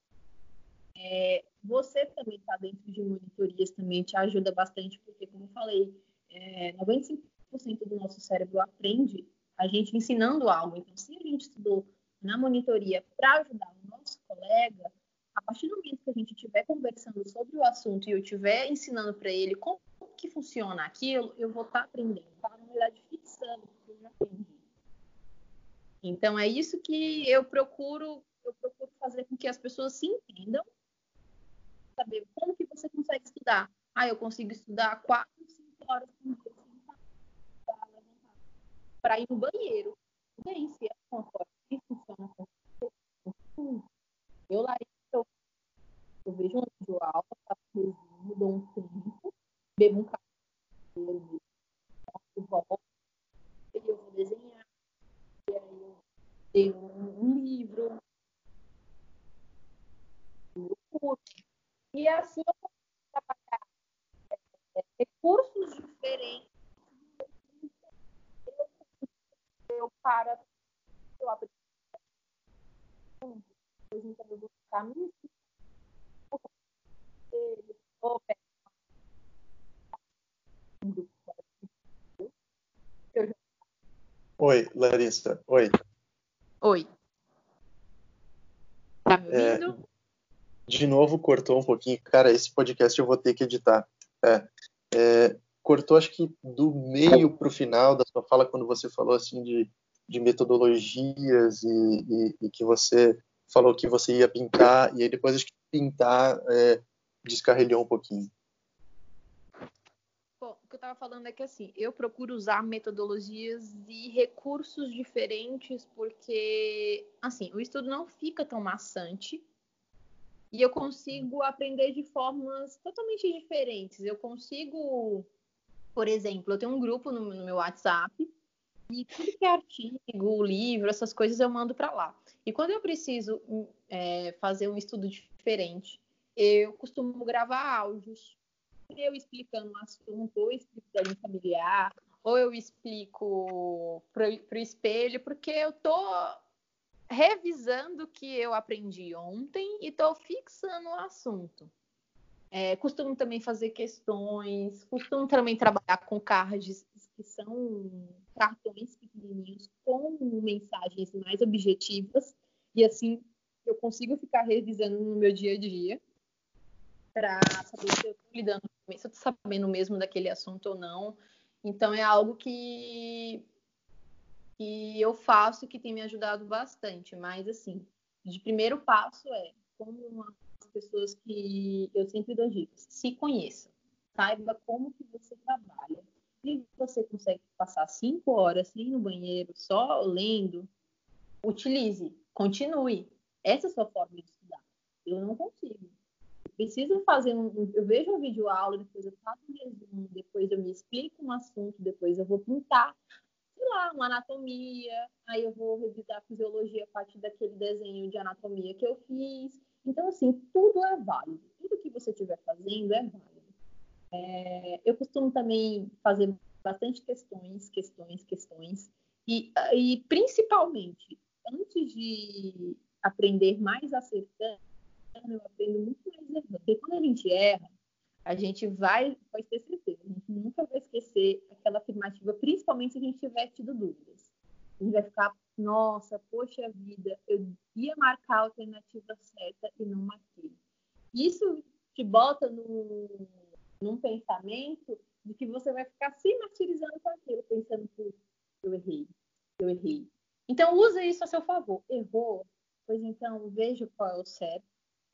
É, você também está dentro de monitorias, também te ajuda bastante, porque, como eu falei, é, noventa e cinco por cento do nosso cérebro aprende a gente ensinando algo. Então, se a gente estudou na monitoria para ajudar o nosso colega, a partir do momento que a gente estiver conversando sobre o assunto e eu estiver ensinando para ele como que funciona aquilo, eu vou estar tá aprendendo, tá? Na verdade, fixando, porque eu já aprendi. Então, é isso que eu procuro, eu procuro fazer com que as pessoas se entendam, saber como que você consegue estudar. Ah, eu consigo estudar quatro, cinco horas por dia para ir no banheiro. Bem, se é conforme, se funciona com você, eu lá eu, eu vejo uma videoaula, faço resumo, dou um tempo, bebo um café, eu volto, e eu vou desenhar, e aí eu tenho um, um livro, um curso, e assim eu consigo trabalhar é, recursos diferentes. Eu para eu abrir hoje então eu vou buscar minhas ou Oi, Larissa. Oi. Oi. Tá me É, ouvindo? de novo, cortou um pouquinho. Cara, esse podcast eu vou ter que editar. É, é, cortou, acho que do meio para o final da sua fala, quando você falou assim de, de metodologias e, e, e que você falou que você ia pintar, e aí depois acho que pintar é, descarrilhou um pouquinho. Bom, o que eu estava falando é que assim, eu procuro usar metodologias e recursos diferentes porque, assim, o estudo não fica tão maçante e eu consigo aprender de formas totalmente diferentes. Eu consigo, por exemplo, eu tenho um grupo no, no meu WhatsApp e tudo que é artigo, livro, essas coisas eu mando para lá. E quando eu preciso é, fazer um estudo diferente, eu costumo gravar áudios. eu explicando um assunto, ou eu explico para um familiar, ou eu explico para o espelho, porque eu tô revisando o que eu aprendi ontem e tô fixando o assunto. É, costumo também fazer questões, costumo também trabalhar com cards que são cartões pequenininhos com mensagens mais objetivas, e assim eu consigo ficar revisando no meu dia a dia para saber se eu estou lidando, se eu estou sabendo mesmo daquele assunto ou não. Então é algo que, que eu faço que tem me ajudado bastante, mas assim, de primeiro passo é como as pessoas que eu sempre dou dicas, se conheça, saiba como que você trabalha. Se você consegue passar cinco horas sem ir no banheiro, só lendo, utilize, continue. Essa é a sua forma de estudar. Eu não consigo. Eu preciso fazer um... Eu vejo um vídeo aula, depois eu faço um resumo, depois eu me explico um assunto, depois eu vou pintar, sei lá, uma anatomia, aí eu vou revisar a fisiologia a partir daquele desenho de anatomia que eu fiz. Então, assim, tudo é válido. Tudo que você estiver fazendo é válido. É, eu costumo também fazer bastante questões, questões, questões. E, e principalmente, antes de aprender mais acertando, eu aprendo muito mais errando. Porque quando a gente erra, a gente vai, pode ter certeza, a gente nunca vai esquecer aquela afirmativa, principalmente se a gente tiver tido dúvidas. A gente vai ficar, nossa, poxa vida, eu ia marcar a alternativa certa e não marquei. Isso te bota no, num pensamento de que você vai ficar se martirizando com aquilo, pensando que eu errei, eu errei. Então, usa isso a seu favor. Errou? Pois então, veja qual é o certo.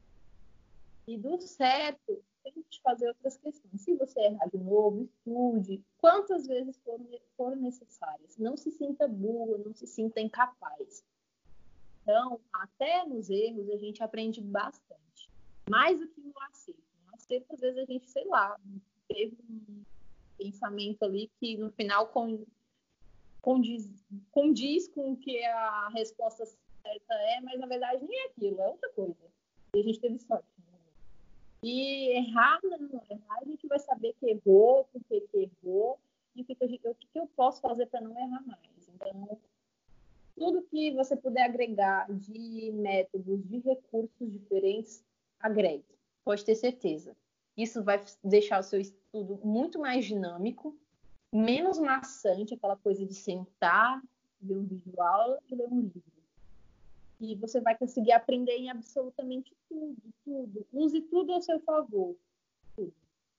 E do certo, tente fazer outras questões. Se você errar de novo, estude quantas vezes forem, forem necessárias. Não se sinta burro, não se sinta incapaz. Então, até nos erros, a gente aprende bastante. Mais do que no acerto. No acerto, às vezes, a gente, sei lá, teve um pensamento ali que no final condiz, condiz com o que a resposta certa é, mas na verdade nem é aquilo, é outra coisa. E a gente teve sorte. E errar, não. Errar, a gente vai saber que errou, por que errou, e o que, que, gente, o que, que eu posso fazer para não errar mais. Então, tudo que você puder agregar de métodos, de recursos diferentes, agregue. Pode ter certeza. Isso vai deixar o seu estudo muito mais dinâmico, menos maçante, aquela coisa de sentar, ver um vídeo aula e ler um livro. E você vai conseguir aprender em absolutamente tudo, tudo. Use tudo ao seu favor. Tudo.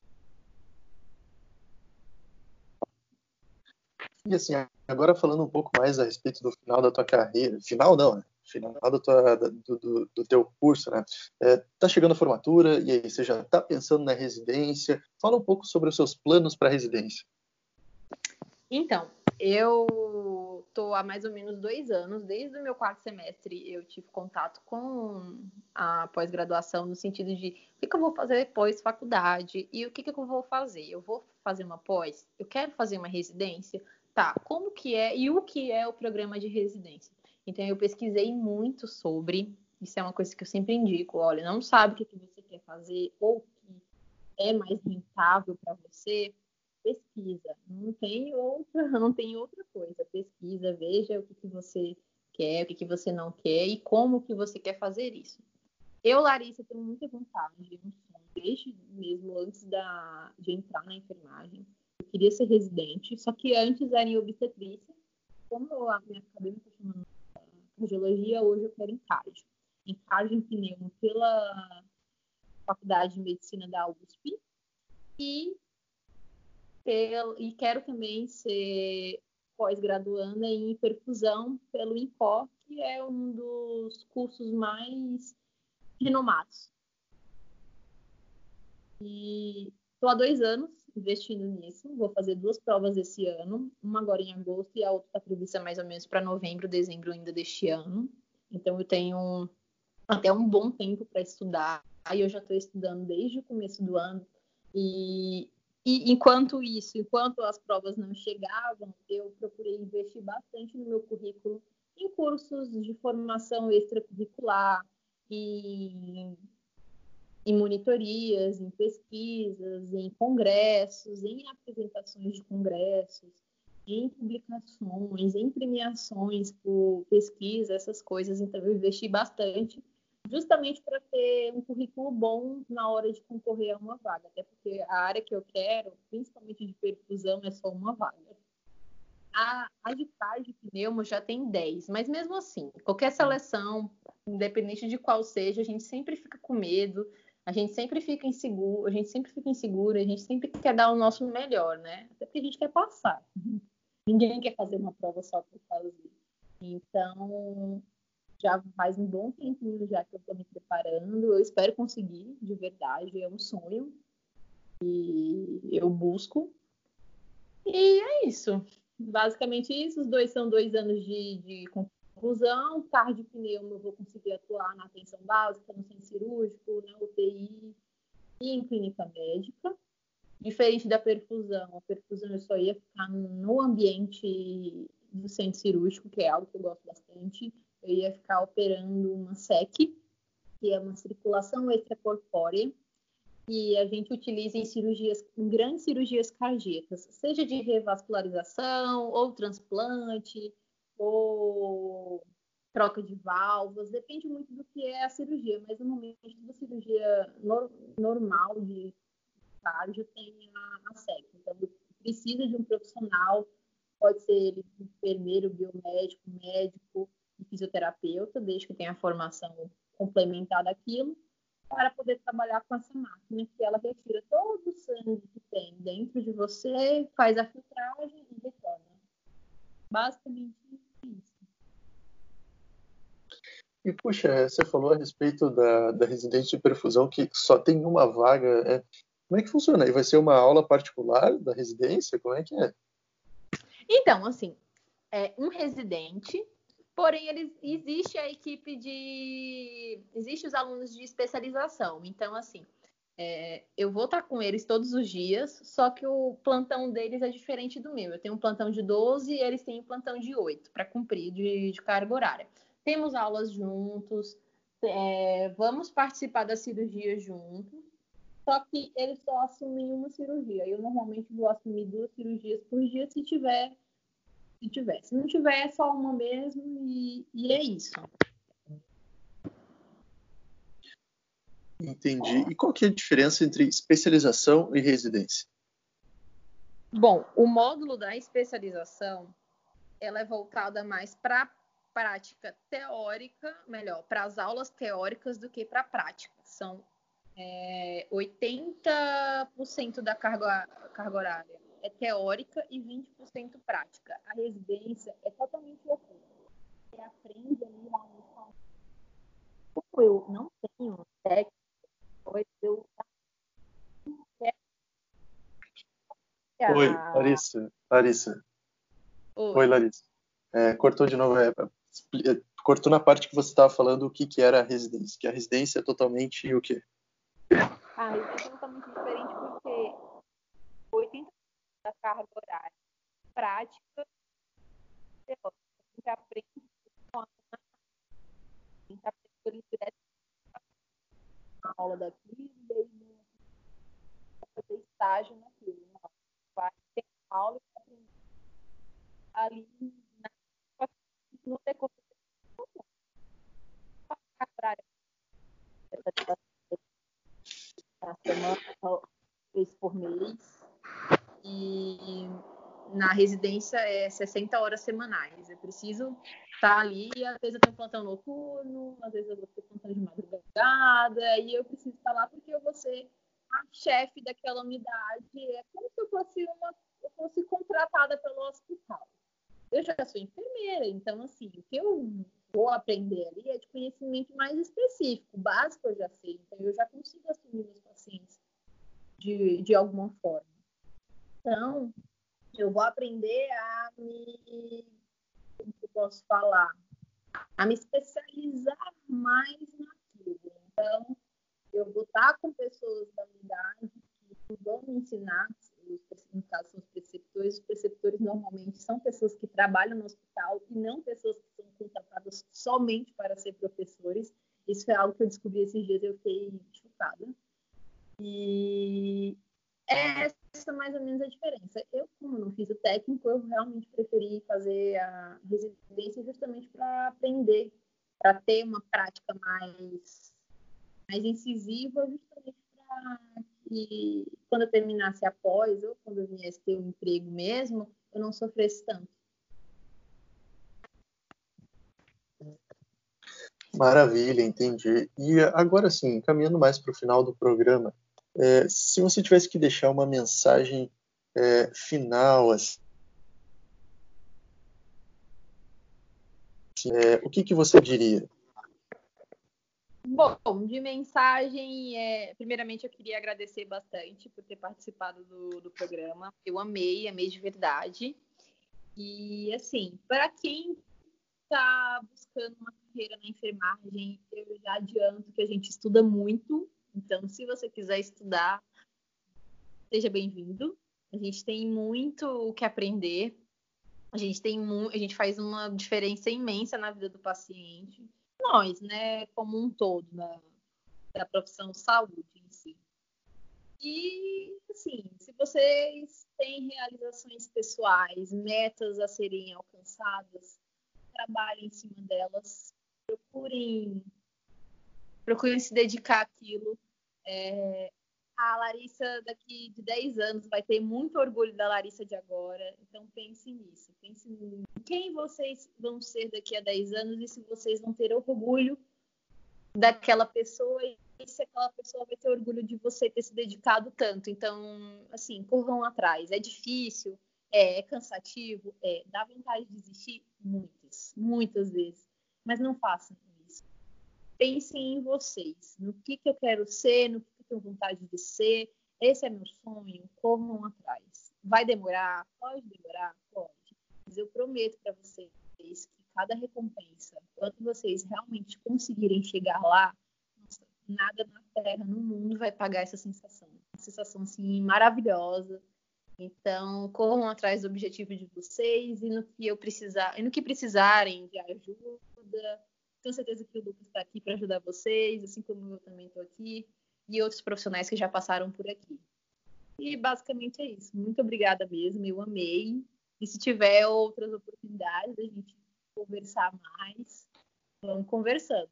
E assim, agora falando um pouco mais a respeito do final da tua carreira, final não, né? Final da tua, do, do, do teu curso, né? É, tá chegando a formatura e aí você já tá pensando na residência. Fala um pouco sobre os seus planos para a residência. Então, eu estou há mais ou menos dois anos, desde o meu quarto semestre, eu tive contato com a pós-graduação no sentido de o que, que eu vou fazer depois faculdade e o que, que eu vou fazer. Eu vou fazer uma pós? Eu quero fazer uma residência? Tá, como que é e o que é o programa de residência? Então, eu pesquisei muito sobre, isso é uma coisa que eu sempre indico, olha, não sabe o que, que você quer fazer ou o que é mais rentável para você, pesquisa. Não tem outra, não tem outra coisa. Pesquisa, veja o que, que você quer, o que, que você não quer e como que você quer fazer isso. Eu, Larissa, tenho muita vontade, um sonho, desde mesmo antes da, de entrar na enfermagem. Eu queria ser residente, só que antes era em obstetrícia. Como eu me acabei me apaixonando por cardiologia, hoje eu quero em cardio. Em cardio em pneumo pela Faculdade de Medicina da U S P e e quero também ser pós-graduanda em perfusão pelo INCOR, que é um dos cursos mais renomados. E estou há dois anos investindo nisso, vou fazer duas provas esse ano, uma agora em agosto e a outra está prevista mais ou menos para novembro, dezembro ainda deste ano. Então eu tenho até um bom tempo para estudar, aí eu já estou estudando desde o começo do ano e E enquanto isso, enquanto as provas não chegavam, eu procurei investir bastante no meu currículo em cursos de formação extracurricular, em em monitorias, em pesquisas, em congressos, em apresentações de congressos, em publicações, em premiações por pesquisa, essas coisas. Então, eu investi bastante, justamente para ter um currículo bom na hora de concorrer a uma vaga. Até porque a área que eu quero, principalmente de perfusão, é só uma vaga. A, a de cardio de pneumo já tem dez, mas mesmo assim, qualquer seleção, independente de qual seja, a gente sempre fica com medo, a gente sempre fica inseguro, a gente sempre fica insegura, a gente sempre quer dar o nosso melhor, né? Até porque a gente quer passar. Ninguém quer fazer uma prova só por fazer. Então, já faz um bom tempinho já que eu estou me preparando. Eu espero conseguir, de verdade, é um sonho. E eu busco. E é isso. Basicamente isso. Os dois são dois anos de, de conclusão. Cardio pneumo eu vou conseguir atuar na atenção básica, no centro cirúrgico, na U T I e em clínica médica. Diferente da perfusão. A perfusão eu só ia ficar no ambiente do centro cirúrgico, que é algo que eu gosto bastante. Eu ia ficar operando uma S E C, que é uma circulação extracorpórea, que a gente utiliza em cirurgias, em grandes cirurgias cardíacas, seja de revascularização, ou transplante, ou troca de válvulas, depende muito do que é a cirurgia, mas no momento da cirurgia no, normal de cardio tem a, a S E C. Então, precisa de um profissional, pode ser ele enfermeiro, biomédico, médico e fisioterapeuta, desde que tenha a formação complementar daquilo, para poder trabalhar com essa máquina, que ela retira todo o sangue que tem dentro de você, faz a filtragem e retorna. Basicamente isso. E, puxa, você falou a respeito da, da residência de perfusão, que só tem uma vaga. É, como é que funciona? E vai ser uma aula particular da residência? Como é que é? Então, assim, é um residente, porém eles, existe a equipe de... Existe os alunos de especialização. Então, assim, é, eu vou estar com eles todos os dias, só que o plantão deles é diferente do meu. Eu tenho um plantão de doze e eles têm um plantão de oito para cumprir de, de carga horária. Temos aulas juntos, é, vamos participar da cirurgia juntos, só que eles só assumem uma cirurgia. Eu normalmente vou assumir duas cirurgias por dia se tiver. Se tiver. Se não tiver, é só uma mesmo e, e é isso. Entendi. E qual que é a diferença entre especialização e residência? Bom, o módulo da especialização, ela é voltada mais para a prática teórica, melhor, para as aulas teóricas do que para a prática. São é, oitenta por cento da carga, carga horária é teórica e vinte por cento prática. A residência é totalmente oposto. Você aprende ali lá no... Como eu não tenho técnica, eu... Oi, Larissa. Larissa. Oi. Oi, Larissa. É, cortou de novo. É, é, cortou na parte que você estava falando o que, que era a residência. Que a residência é totalmente o quê? A residência é totalmente diferente porque oitenta por cento da carga horária prática, a gente aprende com a gente aprende direto na aula daquilo e aí fazer estágio naquilo. Não, vai ter aula e aprender ali na, no decorrer da carga horária da semana, vez por mês. E na residência é sessenta horas semanais. Eu preciso estar ali, às vezes eu tenho plantão noturno, às vezes eu vou ter plantão de madrugada, e eu preciso estar lá porque eu vou ser a chefe daquela unidade. É como se eu fosse, uma, eu fosse contratada pelo hospital. Eu já sou enfermeira, então, assim, o que eu vou aprender ali é de conhecimento mais específico. O básico eu já sei, então eu já consigo assumir meus pacientes de, de alguma forma. Então, eu vou aprender a me, como eu posso falar, a me especializar mais naquilo. Então, eu vou estar com pessoas da unidade que vão me ensinar, no caso são os preceptores. Os preceptores normalmente são pessoas que trabalham no hospital e não pessoas que são contratadas somente para ser professores. Isso é algo que eu descobri esses dias e eu fiquei chocada. dedicada. E essa mais ou menos a diferença. Eu, como não fiz o técnico, eu realmente preferi fazer a residência justamente para aprender, para ter uma prática mais, mais incisiva, justamente para que quando eu terminasse a pós ou quando eu viesse ter um emprego mesmo, eu não sofresse tanto. Maravilha, entendi. E agora sim, caminhando mais para o final do programa, é, se você tivesse que deixar uma mensagem é, final, assim, é, o que, que você diria? Bom, de mensagem, é, primeiramente eu queria agradecer bastante por ter participado do, do programa. Eu amei, amei de verdade. E, assim, para quem está buscando uma carreira na enfermagem, eu já adianto que a gente estuda muito. Então, se você quiser estudar, seja bem-vindo. A gente tem muito o que aprender. A gente, tem mu- a gente faz uma diferença imensa na vida do paciente. Nós, né, como um todo, na, da profissão saúde em si. E, assim, se vocês têm realizações pessoais, metas a serem alcançadas, trabalhem em cima delas, procurem, procurem se dedicar àquilo. É, a Larissa daqui de dez anos vai ter muito orgulho da Larissa de agora, então pense nisso, pense em quem vocês vão ser daqui a dez anos e se vocês vão ter orgulho daquela pessoa e se aquela pessoa vai ter orgulho de você ter se dedicado tanto. Então, assim, corram atrás. É difícil, é, é cansativo, é, dá vontade de desistir muitas, muitas vezes, mas não façam isso. Pensem em vocês, no que, que eu quero ser, no que, que eu tenho vontade de ser. Esse é meu sonho, corram atrás. Vai demorar? Pode demorar? Pode. Mas eu prometo para vocês que cada recompensa, quando vocês realmente conseguirem chegar lá, nossa, nada na Terra, no mundo, vai pagar essa sensação. Uma sensação, assim, maravilhosa. Então, corram atrás do objetivo de vocês e no que eu precisar, e no que precisarem de ajuda. Tenho certeza que o Lucas está aqui para ajudar vocês, assim como eu também estou aqui, e outros profissionais que já passaram por aqui. E basicamente é isso. Muito obrigada mesmo, eu amei. E se tiver outras oportunidades, a gente conversar mais, vamos conversando.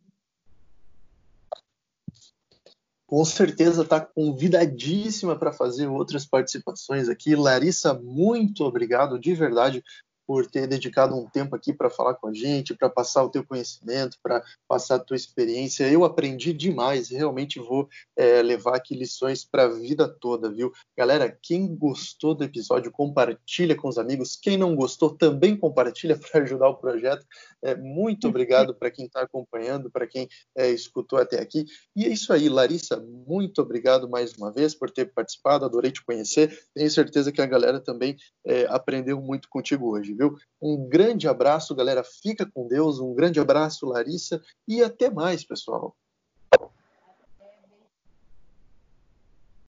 Com certeza está convidadíssima para fazer outras participações aqui. Larissa, muito obrigado de verdade por ter dedicado um tempo aqui para falar com a gente, para passar o teu conhecimento, para passar a tua experiência. Eu aprendi demais, realmente vou é, levar aqui lições para a vida toda, viu? Galera, quem gostou do episódio, compartilha com os amigos. Quem não gostou, também compartilha para ajudar o projeto. É, muito obrigado para quem está acompanhando, para quem é, escutou até aqui. E é isso aí, Larissa, muito obrigado mais uma vez por ter participado, adorei te conhecer. Tenho certeza que a galera também é, aprendeu muito contigo hoje, viu? Um grande abraço, galera, fica com Deus, um grande abraço, Larissa, e até mais, pessoal.